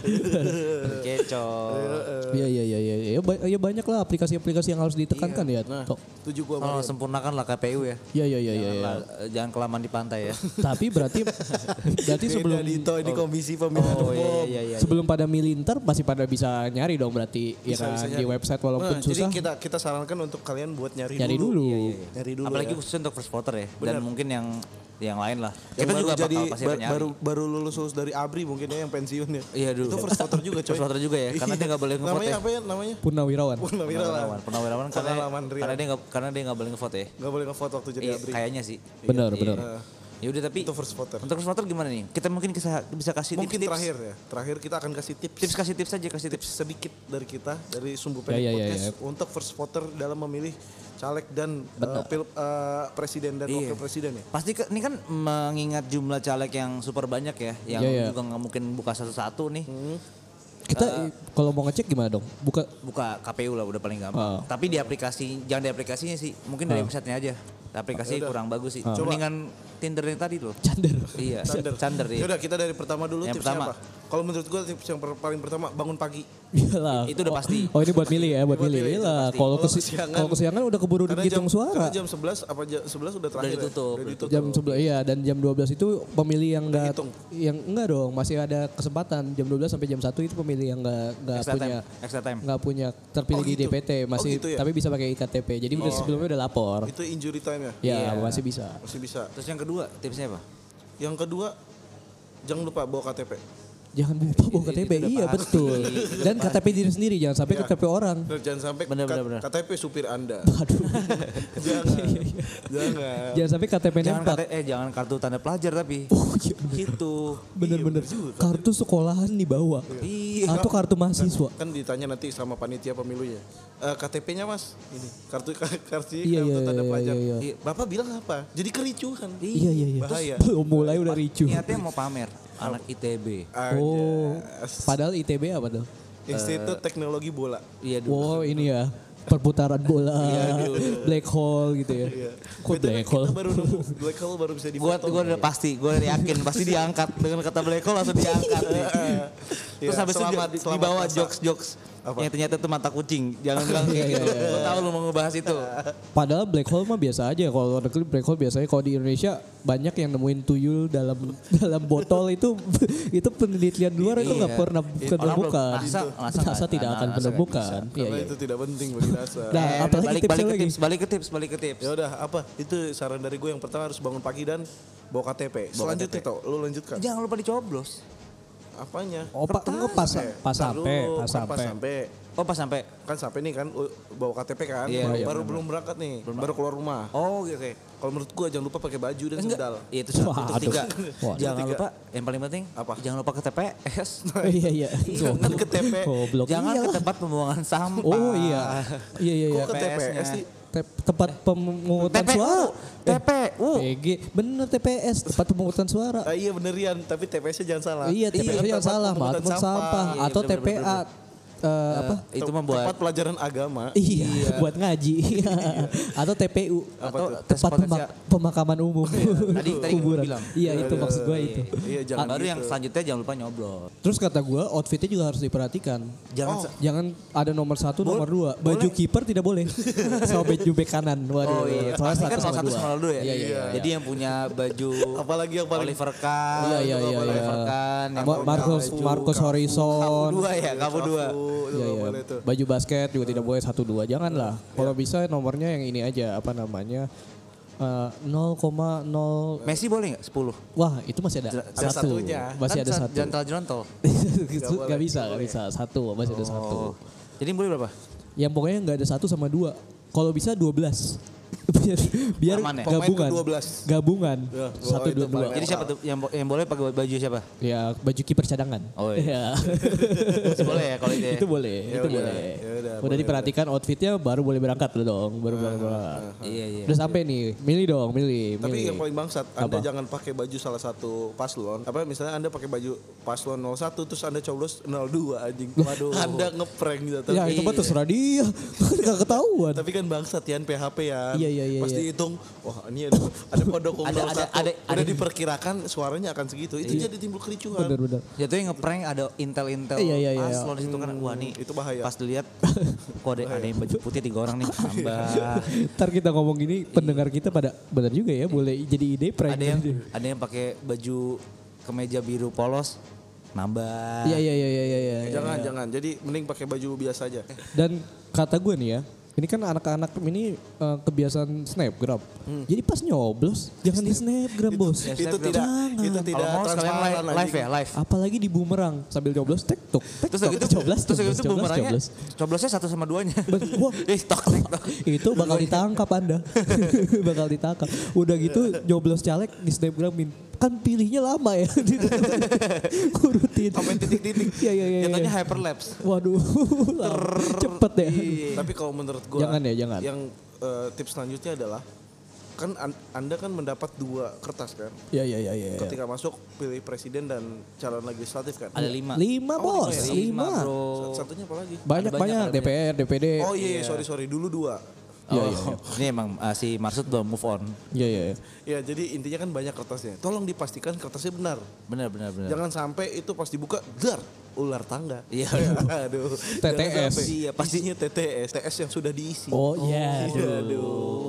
Kecoh. Iya iya iya iya ya, ba- ya banyak lah aplikasi-aplikasi yang harus ditekankan ya. Nah, Tok. setuju gua sama Oh, Rian. sempurnakan lah K P U ya. Iya iya iya iya. Jangan, Ya. lah, eh, jangan kelamaan di pantai ya. Tapi berarti berarti sebelum Beda Dito ini komisi pemilihan Oh umum. iya iya iya. sebelum pada milinter masih pada bisa nyari dong berarti ya Bisa, kan bisa di nyari. website walaupun Nah, susah. Jadi kita kita sarankan untuk kalian buat nyari, Nyari dulu. dulu. Iya, iya, Nyari dulu. Apalagi ya. khusus untuk first voter ya. Benar. Dan mungkin yang yang lain lah. Yang Kita baru juga jadi bakal pasti ba- akan nyari. baru baru lulus lulus dari ABRI mungkin ya yang pensiun ya. Iya dulu. Itu first voter juga coy. First voter juga ya. Karena dia nggak boleh ngevote Namanya ya. apa ya namanya? Purnawirawan. Purnawirawan. Purnawirawan. Purnawirawan karena Pengalaman real. karena dia nggak karena dia nggak boleh ngevote ya. Gak boleh ngevote waktu jadi Iya, ABRI. kayaknya sih. Benar Iya. benar. Ya udah tapi Itu first voter. untuk first voter gimana nih? Kita mungkin bisa bisa kasih Mungkin tips. terakhir ya. Terakhir kita akan kasih tips. Tips kasih tips aja kasih tips. tips sedikit dari kita dari Sumbu Ya, Pendek ya, ya, Podcast ya. untuk first voter dalam memilih caleg dan uh, pil, uh, presiden dan Iya. wakil presiden ya. Pasti ke- ini kan mengingat jumlah caleg yang super banyak ya, yang Iya, iya. juga nggak mungkin buka satu-satu nih. Kita kalau mau ngecek gimana dong? Buka Buka K P U lah udah paling gampang. Oh. Tapi di aplikasi, jangan di aplikasinya sih, mungkin dari Oh. websitenya aja. aplikasi Yaudah. kurang bagus sih. Coba. Mendingan Tinder yang tadi loh. Cander. Iya, Cander. Cander iya. Yaudah kita dari pertama dulu Yang tipsnya pertama. apa? Kalau menurut gua tips yang per- paling pertama bangun pagi. Iyalah. Itu udah Oh, pasti. Oh ini buat milih ya, buat Buat milih. milih, itu Iyalah. pasti. Kalau Kalau kesi- kesiangan- kalau kesiangan udah keburu Karena jam, dihitung suara. karena jam sebelas apa jam sebelas udah terakhir. Udah ditutup. Ya? Udah ditutup. Jam sebelas iya dan jam dua belas itu pemilih yang enggak Dihitung. yang enggak dong, masih ada kesempatan jam dua belas sampai jam satu itu pemilih yang enggak enggak Extra punya time. Extra time. enggak punya terpilih Oh, di gitu. D P T masih Oh, gitu ya? tapi bisa pakai I K T P. Jadi udah sebelumnya udah lapor. Itu injury time ya? Ya, Iya. masih bisa. Masih bisa. Terus yang kedua tipsnya apa? Yang kedua jangan lupa bawa K T P. Jangan lupa bawa K T P. Itu udah Iya, pasti. betul. Dan K T P diri sendiri jangan sampai Iya. K T P orang. Dan jangan sampai Bener, K- bener, bener. K T P supir Anda. Aduh. Jangan. Jangan. Jangan sampai K T P Jangan nempak. kata, eh jangan kartu tanda pelajar tapi. Oh iya. Gitu. Bener-bener. Kartu sekolahan dibawa. Iya. Atau kartu mahasiswa. Kan ditanya nanti sama panitia pemilunya. Eh, K T P-nya Mas, ini kartu kartu Iya, kartu iya, tanda iya, pelajar. iya, Iya, Bapak bilang apa? Jadi kericuhan. Iya iya iya. Bahaya. Belum mulai udah ricuh. Niatnya mau pamer anak I T B. Oh. Anjas. Padahal I T B apa tuh? Institut Teknologi Bola. Iya dulu. Wow ini ya perputaran bola, black hole gitu ya. Iya. Kok Betul, black hole? Kita baru nemu black hole baru bisa Gue difoto. gue udah pasti, gue udah yakin pasti diangkat dengan kata black hole langsung diangkat nih. Iya, Terus habis itu selamat- di- selamat dibawa puasa. jokes-jokes. Apa? Yang ternyata itu mata kucing. Jangan bilang kayak Iya, gitu. iya, iya. Gue tahu lu mau ngebahas itu. Padahal black hole mah biasa aja. Kalau luar negeri black hole biasanya. Kalau di Indonesia banyak yang nemuin tuyul dalam dalam botol itu itu penelitian luar itu nggak Iya. pernah menemukan. NASA, NASA NASA nggak- tidak akan NASA nggak menemukan. Iya, Karena iya. itu tidak penting bagi NASA. Nah, Eh, apalagi balik, tipsnya balik ke lagi. tips, balik ke tips, balik ke tips. Ya udah apa? Itu saran dari gue yang pertama harus bangun pagi dan bawa K T P. Selanjutnya tau, lu lanjutkan. Jangan lupa dicoblos. Apanya? Oh, pa, enggak pas Eh, pas ntar sampai, dulu, pas kan Pas sampai. sampai. Oh pas sampai. Kan sampai nih kan uh, bawa K T P kan. Iya, baru iya, baru belum berangkat nih. Baru keluar rumah. Oh oke. oke. Kalau menurut gue jangan lupa pakai baju dan Enggak. sendal. Iya itu satu, itu Waduh. ketiga. Waduh. Jangan Ketiga. lupa, yang paling penting Apa? jangan lupa ke T P S. Iya iya. Jangan ke T P. Goblok. Jangan Iyalah. ke tempat pembuangan sampah. Oh iya. Iya iya iya. Kok ke T P S T P S-nya. sih? Te- tempat pemungutan T P U, suara. T P U. P G, bener T P S, tempat pemungutan suara. Ah, iya bener-ian, tapi T P S-nya jangan salah. Iya, T P S yang tempat salah, pemungutan maaf sampah. Iya, Atau bener, T P A, eh, apa? Itu Tem- membuat tempat pelajaran agama. Iya, buat ngaji. Atau T P U, Apa tuh? tes tempat potensial. pemak- pemakaman umum. Tadi tadi gue Kuburan. bilang. Iya, itu maksud gue itu. Iya, jangan Baru gitu. yang selanjutnya jangan lupa nyoblos. Terus kata gue, outfitnya juga harus diperhatikan. Jangan Oh. se- Jangan ada nomor satu, Boleh. nomor dua. Baju kiper tidak boleh. Sama baju bek kanan. Waduh, Oh iya, soalnya pasti kan satu salah sama satu dua. sama dua ya. Iya, iya, iya. Jadi yang punya baju Apalagi yang paling Oliver Kahn, Iya, iya, iya, Oliver iya. Kahn, yang Ma- Marcos baju Marcos kafu, Horizon. dua ya, kamu dua. Kafu, itu Iya, nggak iya. boleh tuh. Baju basket juga tidak boleh satu dua, janganlah. Kalau bisa nomornya yang ini aja, apa namanya? eh, nol koma nol. Messi boleh nggak sepuluh? Wah, itu masih ada Ada satu. satunya. Masih ada Kan satu. Jangan terlalu jontol. Gak bisa, gak bisa. Satu, masih ada satu. Oh. Jadi boleh berapa? Yang pokoknya nggak ada satu sama dua. Kalau bisa dua belas. biar biar Aman ya? Pemain gabungan. ke dua belas. Gabungan. Ya, Satu wah, itu dua dua. paling Jadi siapa tuh yang, bo- yang boleh pakai baju siapa? Ya baju kiper cadangan. Oh, iya. Iya. Masih boleh ya kalau itu ya? itu boleh, Ya itu udah, boleh. ya udah, Udah boleh, diperhatikan outfitnya baru boleh berangkat loh dong, baru boleh berangkat. Iya iya. Udah sampai nih, milih dong, milih, Tapi milih. yang paling bangsat, Anda Apa? jangan pakai baju salah satu paslon. Apa misalnya Anda pakai baju paslon nol satu terus Anda coblos nol dua anjing. Waduh. Anda ngeprank gitu. Tapi, Ya itu mah terserah dia, gak ketahuan. tapi kan bangsat Yan P H P ya. Iya, iya, iya, Pasti iya. hitung, wah ini ada ada kode Ada- ada- satu. ada- Udah ada- diperkirakan suaranya akan segitu. Itu jadi timbul kericuhan. Bener-bener. Jatuhnya ngeprank ada intel-intel Iya, iya, iya. paslon di situ kan wah nih itu bahaya. pas dilihat kok ada, ada yang baju putih tiga orang nih tambah Ntar kita ngomong gini, pendengar kita pada benar juga ya, boleh jadi ide prank. ada yang ada yang pakai baju kemeja biru polos nambah. Iya, iya, iya, iya, iya. iya. Jangan jangan. Jadi mending pakai baju biasa aja. Dan kata gue nih ya, ini kan anak-anak ini eh, kebiasaan snapgram. Jadi pas nyoblos, jangan di snapgram bos. Ya, Itu snapgram. tidak Jangan. itu tidak Kalau mau sekalian transparan live, live anjing. ya live. Apalagi di bumerang sambil nyoblos, tek tok, tek Terus tok, gitu coblos, terus coblos, gitu coblos, bumerangnya coblos. coblosnya satu sama duanya. Wah, Eh tok tok tok. itu bakal ditangkap Anda. Bakal ditangkap. Udah gitu nyoblos caleg di snapgramin. Kan pilihnya lama ya. Kurutin. Sampai titik-titik. Iya, iya, iya. Jatuhnya iya. hyperlapse. Waduh, cepet ya. Tapi kalau menurut gua Jangan ya, jangan. Yang eh, tips selanjutnya adalah kan an- Anda kan mendapat dua kertas kan. Iya, iya, iya. iya. Ketika masuk pilih presiden dan calon legislatif kan. Ada lima. Lima Oh, bos, lima ya? lima. bro. Satunya apa lagi? Banyak Ada banyak, banyak ada D P R, D P D. Oh iya, sorry sorry dulu dua. Iya, Oh, iya, iya. ini emang uh, si Marsud belum move on. Iya iya. iya. Ya jadi intinya kan banyak kertasnya. Tolong dipastikan kertasnya benar. Benar benar benar. Jangan sampai itu pas dibuka, dar, ular tangga. Iya. Aduh. T T S. Jangan sampai Iya, pastinya T T S. T S yang sudah diisi. Oh iya. Iya, Aduh.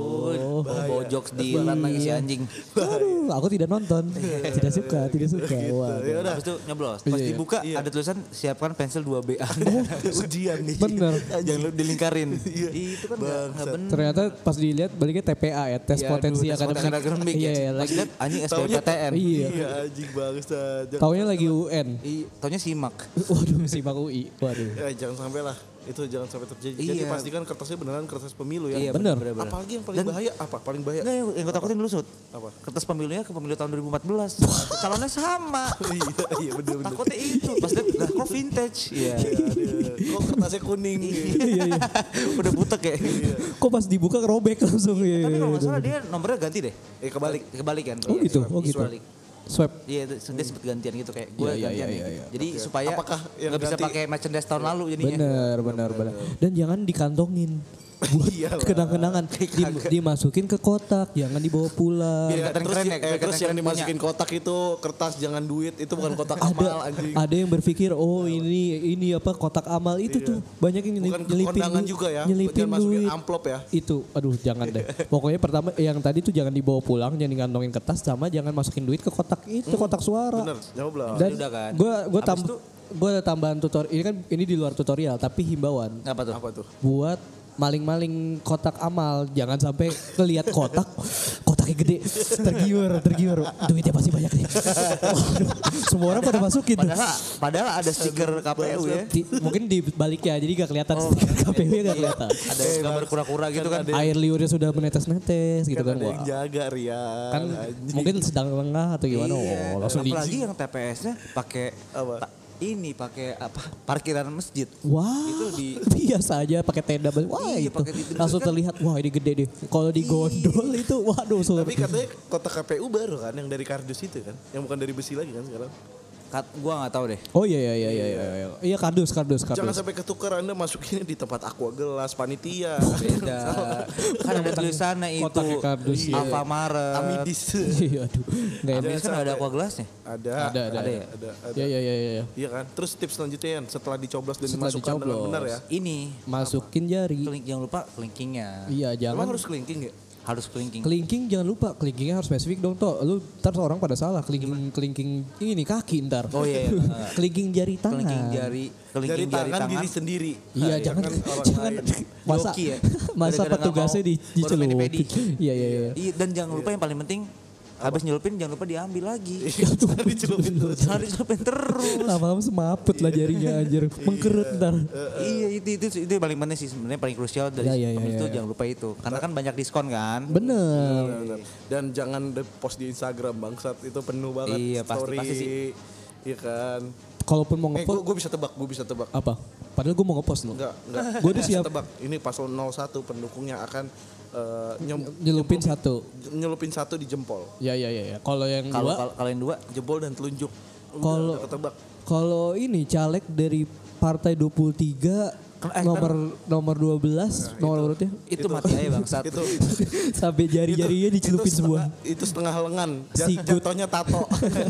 Oh, bawa jokes di lan lagi si anjing. Aduh, aku tidak nonton. tidak suka, tidak suka. Wah. Ya udah. Habis itu nyeblos. Iya, Pas iya. dibuka Iya. ada tulisan siapkan pensil dua B. Ujian nih. Bener. Jangan lu dilingkarin. Iya. Itu kan nggak nggak benar. Ternyata pas dilihat baliknya T P A ya, tes Iya, potensi aduh, tes akademik. potensi akademik Iya, ya. iya, Pas lagi. lihat anjing S B M P T N. Iya. Iya anjing bangsat. Jangan- Taunya lagi U N. Iya, taunya simak. Waduh, simak U I. Waduh. Ya, jangan sampai lah. Itu jangan sampai terjadi. Jadi Iya. pastikan kertasnya beneran kertas pemilu ya. Iya, Bener. bener-bener. Apalagi yang paling bahaya apa? Paling bahaya. Enggak, yang, yang gue takutin lu Sud. Apa? Kertas pemilunya ke pemilu tahun dua ribu empat belas. Calonnya sama. iya, iya bener-bener. Takutnya itu. Pas lihat, lah kok vintage? Iya. Aduh, kok kertasnya kuning? Iya, iya. Udah butek ya. Kok pas dibuka robek langsung ya. Tapi kalau nggak salah dia nomornya ganti deh. Eh kebalik. Kebalik kan. Oh Iya, gitu, swap. oh gitu. Swap. Swab. Iya, itu- dia sempet gantian gitu kayak gue Iya, iya, gantian iya, nih. iya. Jadi supaya Apakah yang nggak bisa ganti- pakai merchandise tahun lalu jadinya. Bener, bener, bener. Dan jangan dikantongin. Buat Iyalah. kenang-kenangan. Di- dimasukin ke kotak, jangan dibawa pulang. Iya, Kelihatan terus, keren ya, eh, kelihatan terus yang keren dimasukin kotak itu kertas jangan duit, itu bukan kotak ada amal anjing. ada yang berpikir oh ini ini apa kotak amal itu tuh banyak yang nyelip, Bukan nyelipin kondangan duit, juga ya. nyelipin Jangan masukin duit. amplop ya. Itu aduh jangan deh pokoknya pertama yang tadi tuh jangan dibawa pulang, jangan dikantongin kertas, sama jangan masukin duit ke kotak itu kotak suara. Bener, jawab lah. Dan udah kan. gue gue Habis tam itu- gue tambahan tutorial ini kan ini di luar tutorial tapi himbauan Apa tuh? Apa tuh? buat maling-maling kotak amal, jangan sampai kelihat kotak kotaknya gede tergiur tergiur duitnya pasti banyak nih. Waduh, semua orang pada masukin tuh. Padahal padahal ada stiker K P U ya. Di- mungkin di baliknya jadi gak kelihatan stiker K P U-nya gak kelihatan. Ada gambar kura-kura gitu kan. Air liurnya sudah menetes-netes gitu Kan kan. ada yang Wah. jaga Rian. Kan anjing. mungkin sedang lengah atau gimana. Iya. Oh, langsung di Apalagi yang T P S-nya pakai Apa? ta- ini pakai apa? Parkiran masjid. Wah, Itu di- biasa aja pakai tenda balik. Wah, Iya, itu pakai di- langsung kan- terlihat. Wah, ini gede deh. Kalau digondol itu, waduh, sulit. Tapi katanya kotak K P U baru kan yang dari kardus itu kan, yang bukan dari besi lagi kan sekarang. Kat, gua nggak tahu deh. Oh iya iya iya iya iya. Iya kardus kardus Jangan kardus. sampai ketukar Anda masukinnya di tempat aqua gelas panitia. Beda. Kan ada tulisannya itu kotaknya kardus, iya. Alfamaret. Amidis. Iya aduh. Enggak enak. Amidis kan ada aqua gelasnya. Ada. Ada ada Ada ya? Ada. ada. Iya iya iya iya. Iya kan. Terus tips selanjutnya Yan, setelah dicoblos dan Setelah dimasukkan dengan dicoblos. benar ya. Ini Masukin jari. Kelink, jangan lupa kelingkingnya. Iya Emang jangan. harus kelingking ya? Harus kelingking. Kelingking jangan lupa, kelingkingnya harus spesifik dong toh. Lu ntar orang pada salah, kelingking kelingking ini kaki ntar. Oh iya, iya. kelingking jari tangan. Kelingking jari, Dari kelingking jari, tangan, tangan. diri sendiri. Iya Nah, jangan kan orang jangan lain. masa Joki ya? masa Gara-gara nggak petugasnya mau di baru dicelupin. pedi-pedi. Iya iya iya. Iya, dan jangan lupa yang paling penting habis nyelupin jangan lupa diambil lagi. Jangan dicelupin terus. Jangan dicelupin terus. Lama-lama semaput lah jarinya anjir. Mengkerut ntar. Iya itu itu itu yang paling penting sih sebenarnya paling krusial dari Iya, iya, sistem iya, itu iya. jangan lupa itu karena kan banyak diskon kan. Bener. Benar. Dan jangan de- post di Instagram bangsat itu penuh banget Iya, pasti- story. pasti sih. Iya kan. Kalaupun mau Eh, ngepost gue bisa tebak, gue bisa tebak. apa? Padahal gue mau ngepost loh. Enggak, enggak. Gua udah Bisa siap. tebak. Ini paslon nol satu pendukungnya akan eh, nyem- Nyelupin satu. nyelupin satu di jempol. Ya ya ya ya. Kalau yang Kalau dua, kalau kalau yang dua Jempol dan telunjuk. Udah, Kalau- udah ketebak. kalau ini caleg dari partai dua puluh tiga Eh, nomor nomor dua belas nomor urutnya itu, mati aja bangsat. Itu sampai jari-jarinya dicelupin itu semua. setengah- Itu setengah lengan. Ja- Sikut. Jatuhnya tato.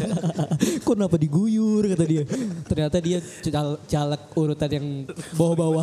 Kok kenapa diguyur kata dia. Ternyata dia cal- caleg urutan yang bawah-bawah.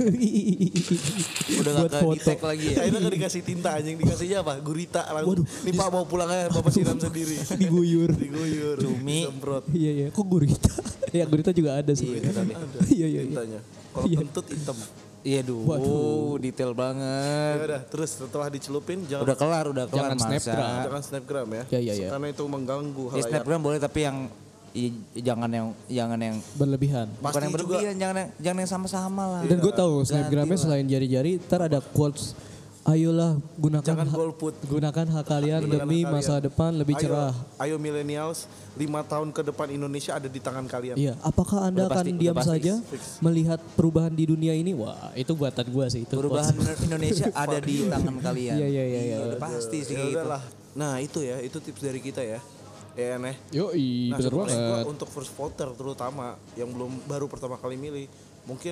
Udah Buat gak foto. ke detect lagi ya. Akhirnya gak dikasih tinta anjing, dikasihnya apa? Gurita langsung. Nih Pak mau pulang aja, Bapak siram sendiri. Diguyur. Diguyur. Cumi. Disemprot Iya iya. Kok gurita? Ya gurita juga ada sih. Iya iya iya. tintanya. Kalau Iya. kentut hitam. Iya duh, Waduh. detail Ya banget. udah, terus setelah dicelupin jangan Udah kelar, udah kelar Jangan Marsa. snapgram. jangan snapgram ya. Ya, ya, ya. Karena itu mengganggu Ya, halayak. snapgram boleh tapi yang i- jangan yang jangan yang Berlebihan. bukan Pasti yang juga- berlebihan, jangan yang jangan yang sama-sama lah. Dan gue tahu snapgramnya selain jari-jari, ntar ada quotes. Ayolah gunakan Jangan hak- golput. gunakan hak kalian Gunakan demi hak masa kalian. depan lebih Ayo, cerah. Ayo millennials, lima tahun ke depan Indonesia ada di tangan kalian. Iya, apakah Anda Udah akan pasti, udah diam pasti. saja melihat perubahan di dunia ini? Wah, itu buatan gua sih itu. Perubahan quotes. Indonesia ada di tangan kalian. Iya, iya, iya, iya. Udah pasti sih Ya kayak gitu. udahlah. Nah itu ya, itu tips dari kita ya. Ya aneh. Yoi, Nah bener sebenarnya gua banget. untuk first voter terutama yang belum baru pertama kali milih, mungkin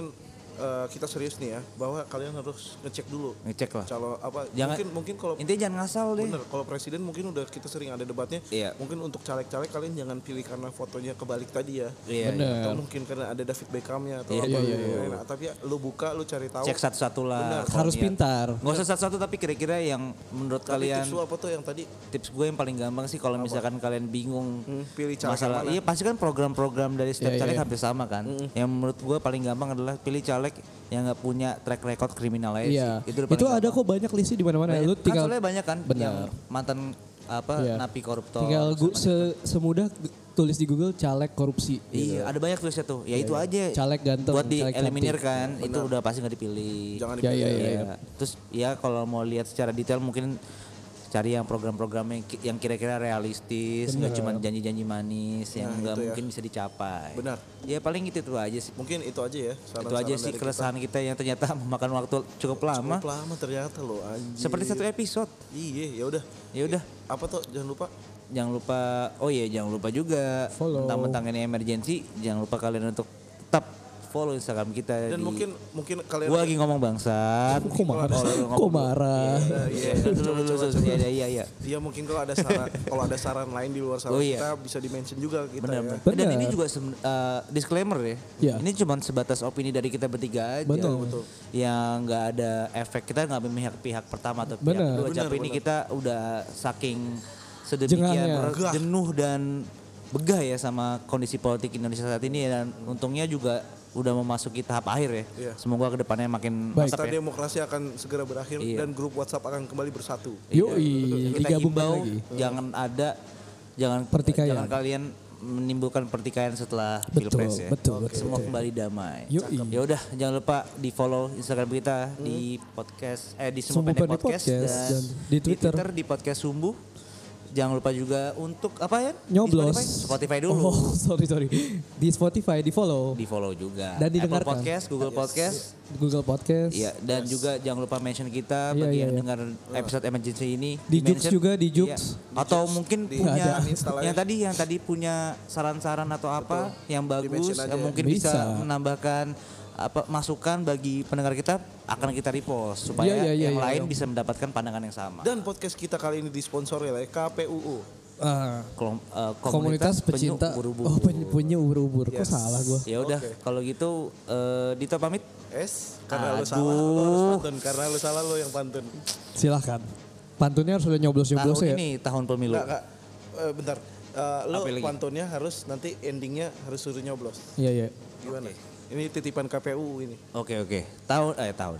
uh, kita serius nih ya, bahwa kalian harus ngecek dulu. Ngecek lah. Calon apa? Jangan- mungkin mungkin kalau Intinya jangan ngasal deh. bener, kalau presiden mungkin udah kita sering ada debatnya. Iya. Mungkin untuk caleg-caleg kalian jangan pilih karena fotonya kebalik tadi ya. Iya. Bener. iya. Atau mungkin karena ada David Beckhamnya atau Iya, apa. iya, gitu. iya. Nah, tapi ya, lu buka, lu cari tahu. Cek satu-satu lah. Benar. kalau Harus niat. pintar. Nggak usah satu-satu tapi kira-kira yang menurut Tapi kalian tips lu apa tuh yang tadi? tips gue yang paling gampang sih kalau misalkan kalian bingung Hmm, pilih caleg masalah yang mana? iya pasti kan program-program dari setiap Iya, caleg iya. hampir sama kan. Yang menurut gue paling gampang adalah pilih caleg yang nggak punya track record kriminal aja Iya. sih. udah Itu paling ada gampang. kok banyak listnya di mana-mana. Banyak. Lu Kan tinggal soalnya banyak kan Benar. yang mantan apa Iya. napi koruptor. tinggal gu- se- semudah tulis di Google caleg korupsi. Iya, ada banyak tulisnya tuh. Ya itu aja. Caleg ganteng, Buat caleg dieliminir cantik. kan, itu udah pasti nggak dipilih. Jangan Ya, dipilih. ya, ya. Iya. Terus ya kalau mau lihat secara detail mungkin cari yang program-program yang, ki- yang kira-kira realistis, nggak cuma janji-janji manis yang nggak itu ya. mungkin bisa dicapai. Benar. Ya paling itu tuh aja sih. Mungkin itu aja ya. Itu saran-saran aja sih dari keresahan kita. yang ternyata memakan waktu cukup lama. Cukup lama ternyata loh anjir. Seperti satu episode. Iya, ya udah. Ya udah, Apa tuh? Jangan lupa. jangan lupa. Oh iya, jangan lupa juga. Follow. Mentang-mentang ini emergency, jangan lupa kalian untuk tetap follow Instagram kita. Dan di- mungkin mungkin kalian Gua lagi ngomong bangsat. Kok marah? Oh, lu ngomong Kok dulu. marah? Iya, Lu, lu, lu, lu, lu, Iya, iya, iya. Iya mungkin kalau ada saran kalau ada saran lain di luar saran Oh, iya. kita bisa di-mention juga kita Benar, ya. benar. Dan Benar. ini juga sem- uh, disclaimer ya. Iya. Ini cuma sebatas opini dari kita bertiga aja. Betul. Betul. Yang nggak ada efek, kita nggak memihak pihak pertama atau pihak Benar. kedua. Benar, Tapi ini benar. kita udah saking sedemikian Jengahnya. jenuh dan begah ya sama kondisi politik Indonesia saat ini, dan untungnya juga udah memasuki tahap akhir ya. Iya. Semoga kedepannya makin Baik. Pesta mantap ya. demokrasi akan segera berakhir Iya. dan grup WhatsApp akan kembali bersatu. Yoi, Kita digabungkan himbau lagi. jangan ada jangan Pertikaian. jangan kalian menimbulkan pertikaian setelah Betul, pilpres ya. betul, betul, Semua betul. kembali damai. Yoi. Ya udah, jangan lupa di follow Instagram kita di podcast eh di Sumbu Sumbu Pendek Pendek Podcast, Podcast, dan, dan di Twitter. di podcast Sumbu. Jangan lupa juga untuk apa ya? Di Nyoblos. Spotify, Spotify dulu. Oh, sorry sorry. Di Spotify, di follow. Di follow juga. Dan Apple didengarkan. Podcast, Google Podcast. Google Podcast. Iya, dan juga jangan lupa mention kita Iya, bagi iya, yang iya. dengar episode emergency ini. Di Joox mention. juga, di Joox. Iya. Atau mungkin di- punya Ada. Install yang aja. tadi yang tadi punya saran-saran atau apa yang bagus, Di-mention aja. yang mungkin Bisa. bisa. menambahkan apa masukan bagi pendengar kita, akan kita repost supaya Iya, iya, iya, yang iya, lain iya. bisa mendapatkan pandangan yang sama. Dan podcast kita kali ini disponsori oleh K P U U. Ah, Kolom- eh, komunitas, penyu pecinta. ubur-ubur. Oh, penyu, penyu ubur-ubur. Kok Yes. salah gua? Ya udah, Oke. kalau gitu eh, Dito pamit. Es, karena lu Aduh. salah, lu harus pantun. Karena lu salah, lu yang pantun. Silahkan. Pantunnya harus udah nyoblos-nyoblos Tahun ya. ini tahun pemilu. Enggak, Kak. Eh, bentar. Eh, lu Apa lagi? pantunnya harus nanti endingnya harus suruh nyoblos. Iya, iya. Gimana? Ini titipan K P U U ini. Oke oke. Tahun eh tahun.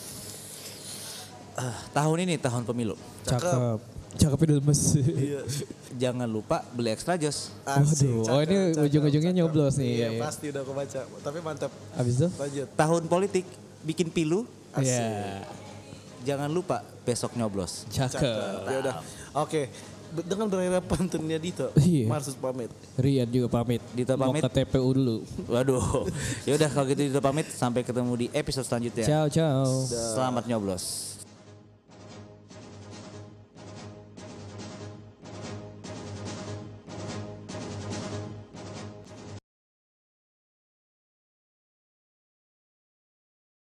Ah, tahun ini tahun pemilu. Cakep. Cakepnya lemes. Iya. Jangan lupa beli extra jos. Asik, Waduh, oh ini cakep, ujung-ujungnya cakep. nyoblos nih, Iya, iya, iya. pasti udah aku baca. Tapi mantap. Habis itu? Lanjut. Tahun politik bikin pilu. Iya. Jangan lupa besok nyoblos. Cakep. Ya udah. Oke. Be- Dengan berakhirnya pantunnya Dito, Iya. Marsus pamit. Rian juga pamit. Dito Mau pamit. ke T P U dulu. Waduh. Ya udah kalau gitu Dito pamit, sampai ketemu di episode selanjutnya. Ciao, ciao. Selamat nyoblos.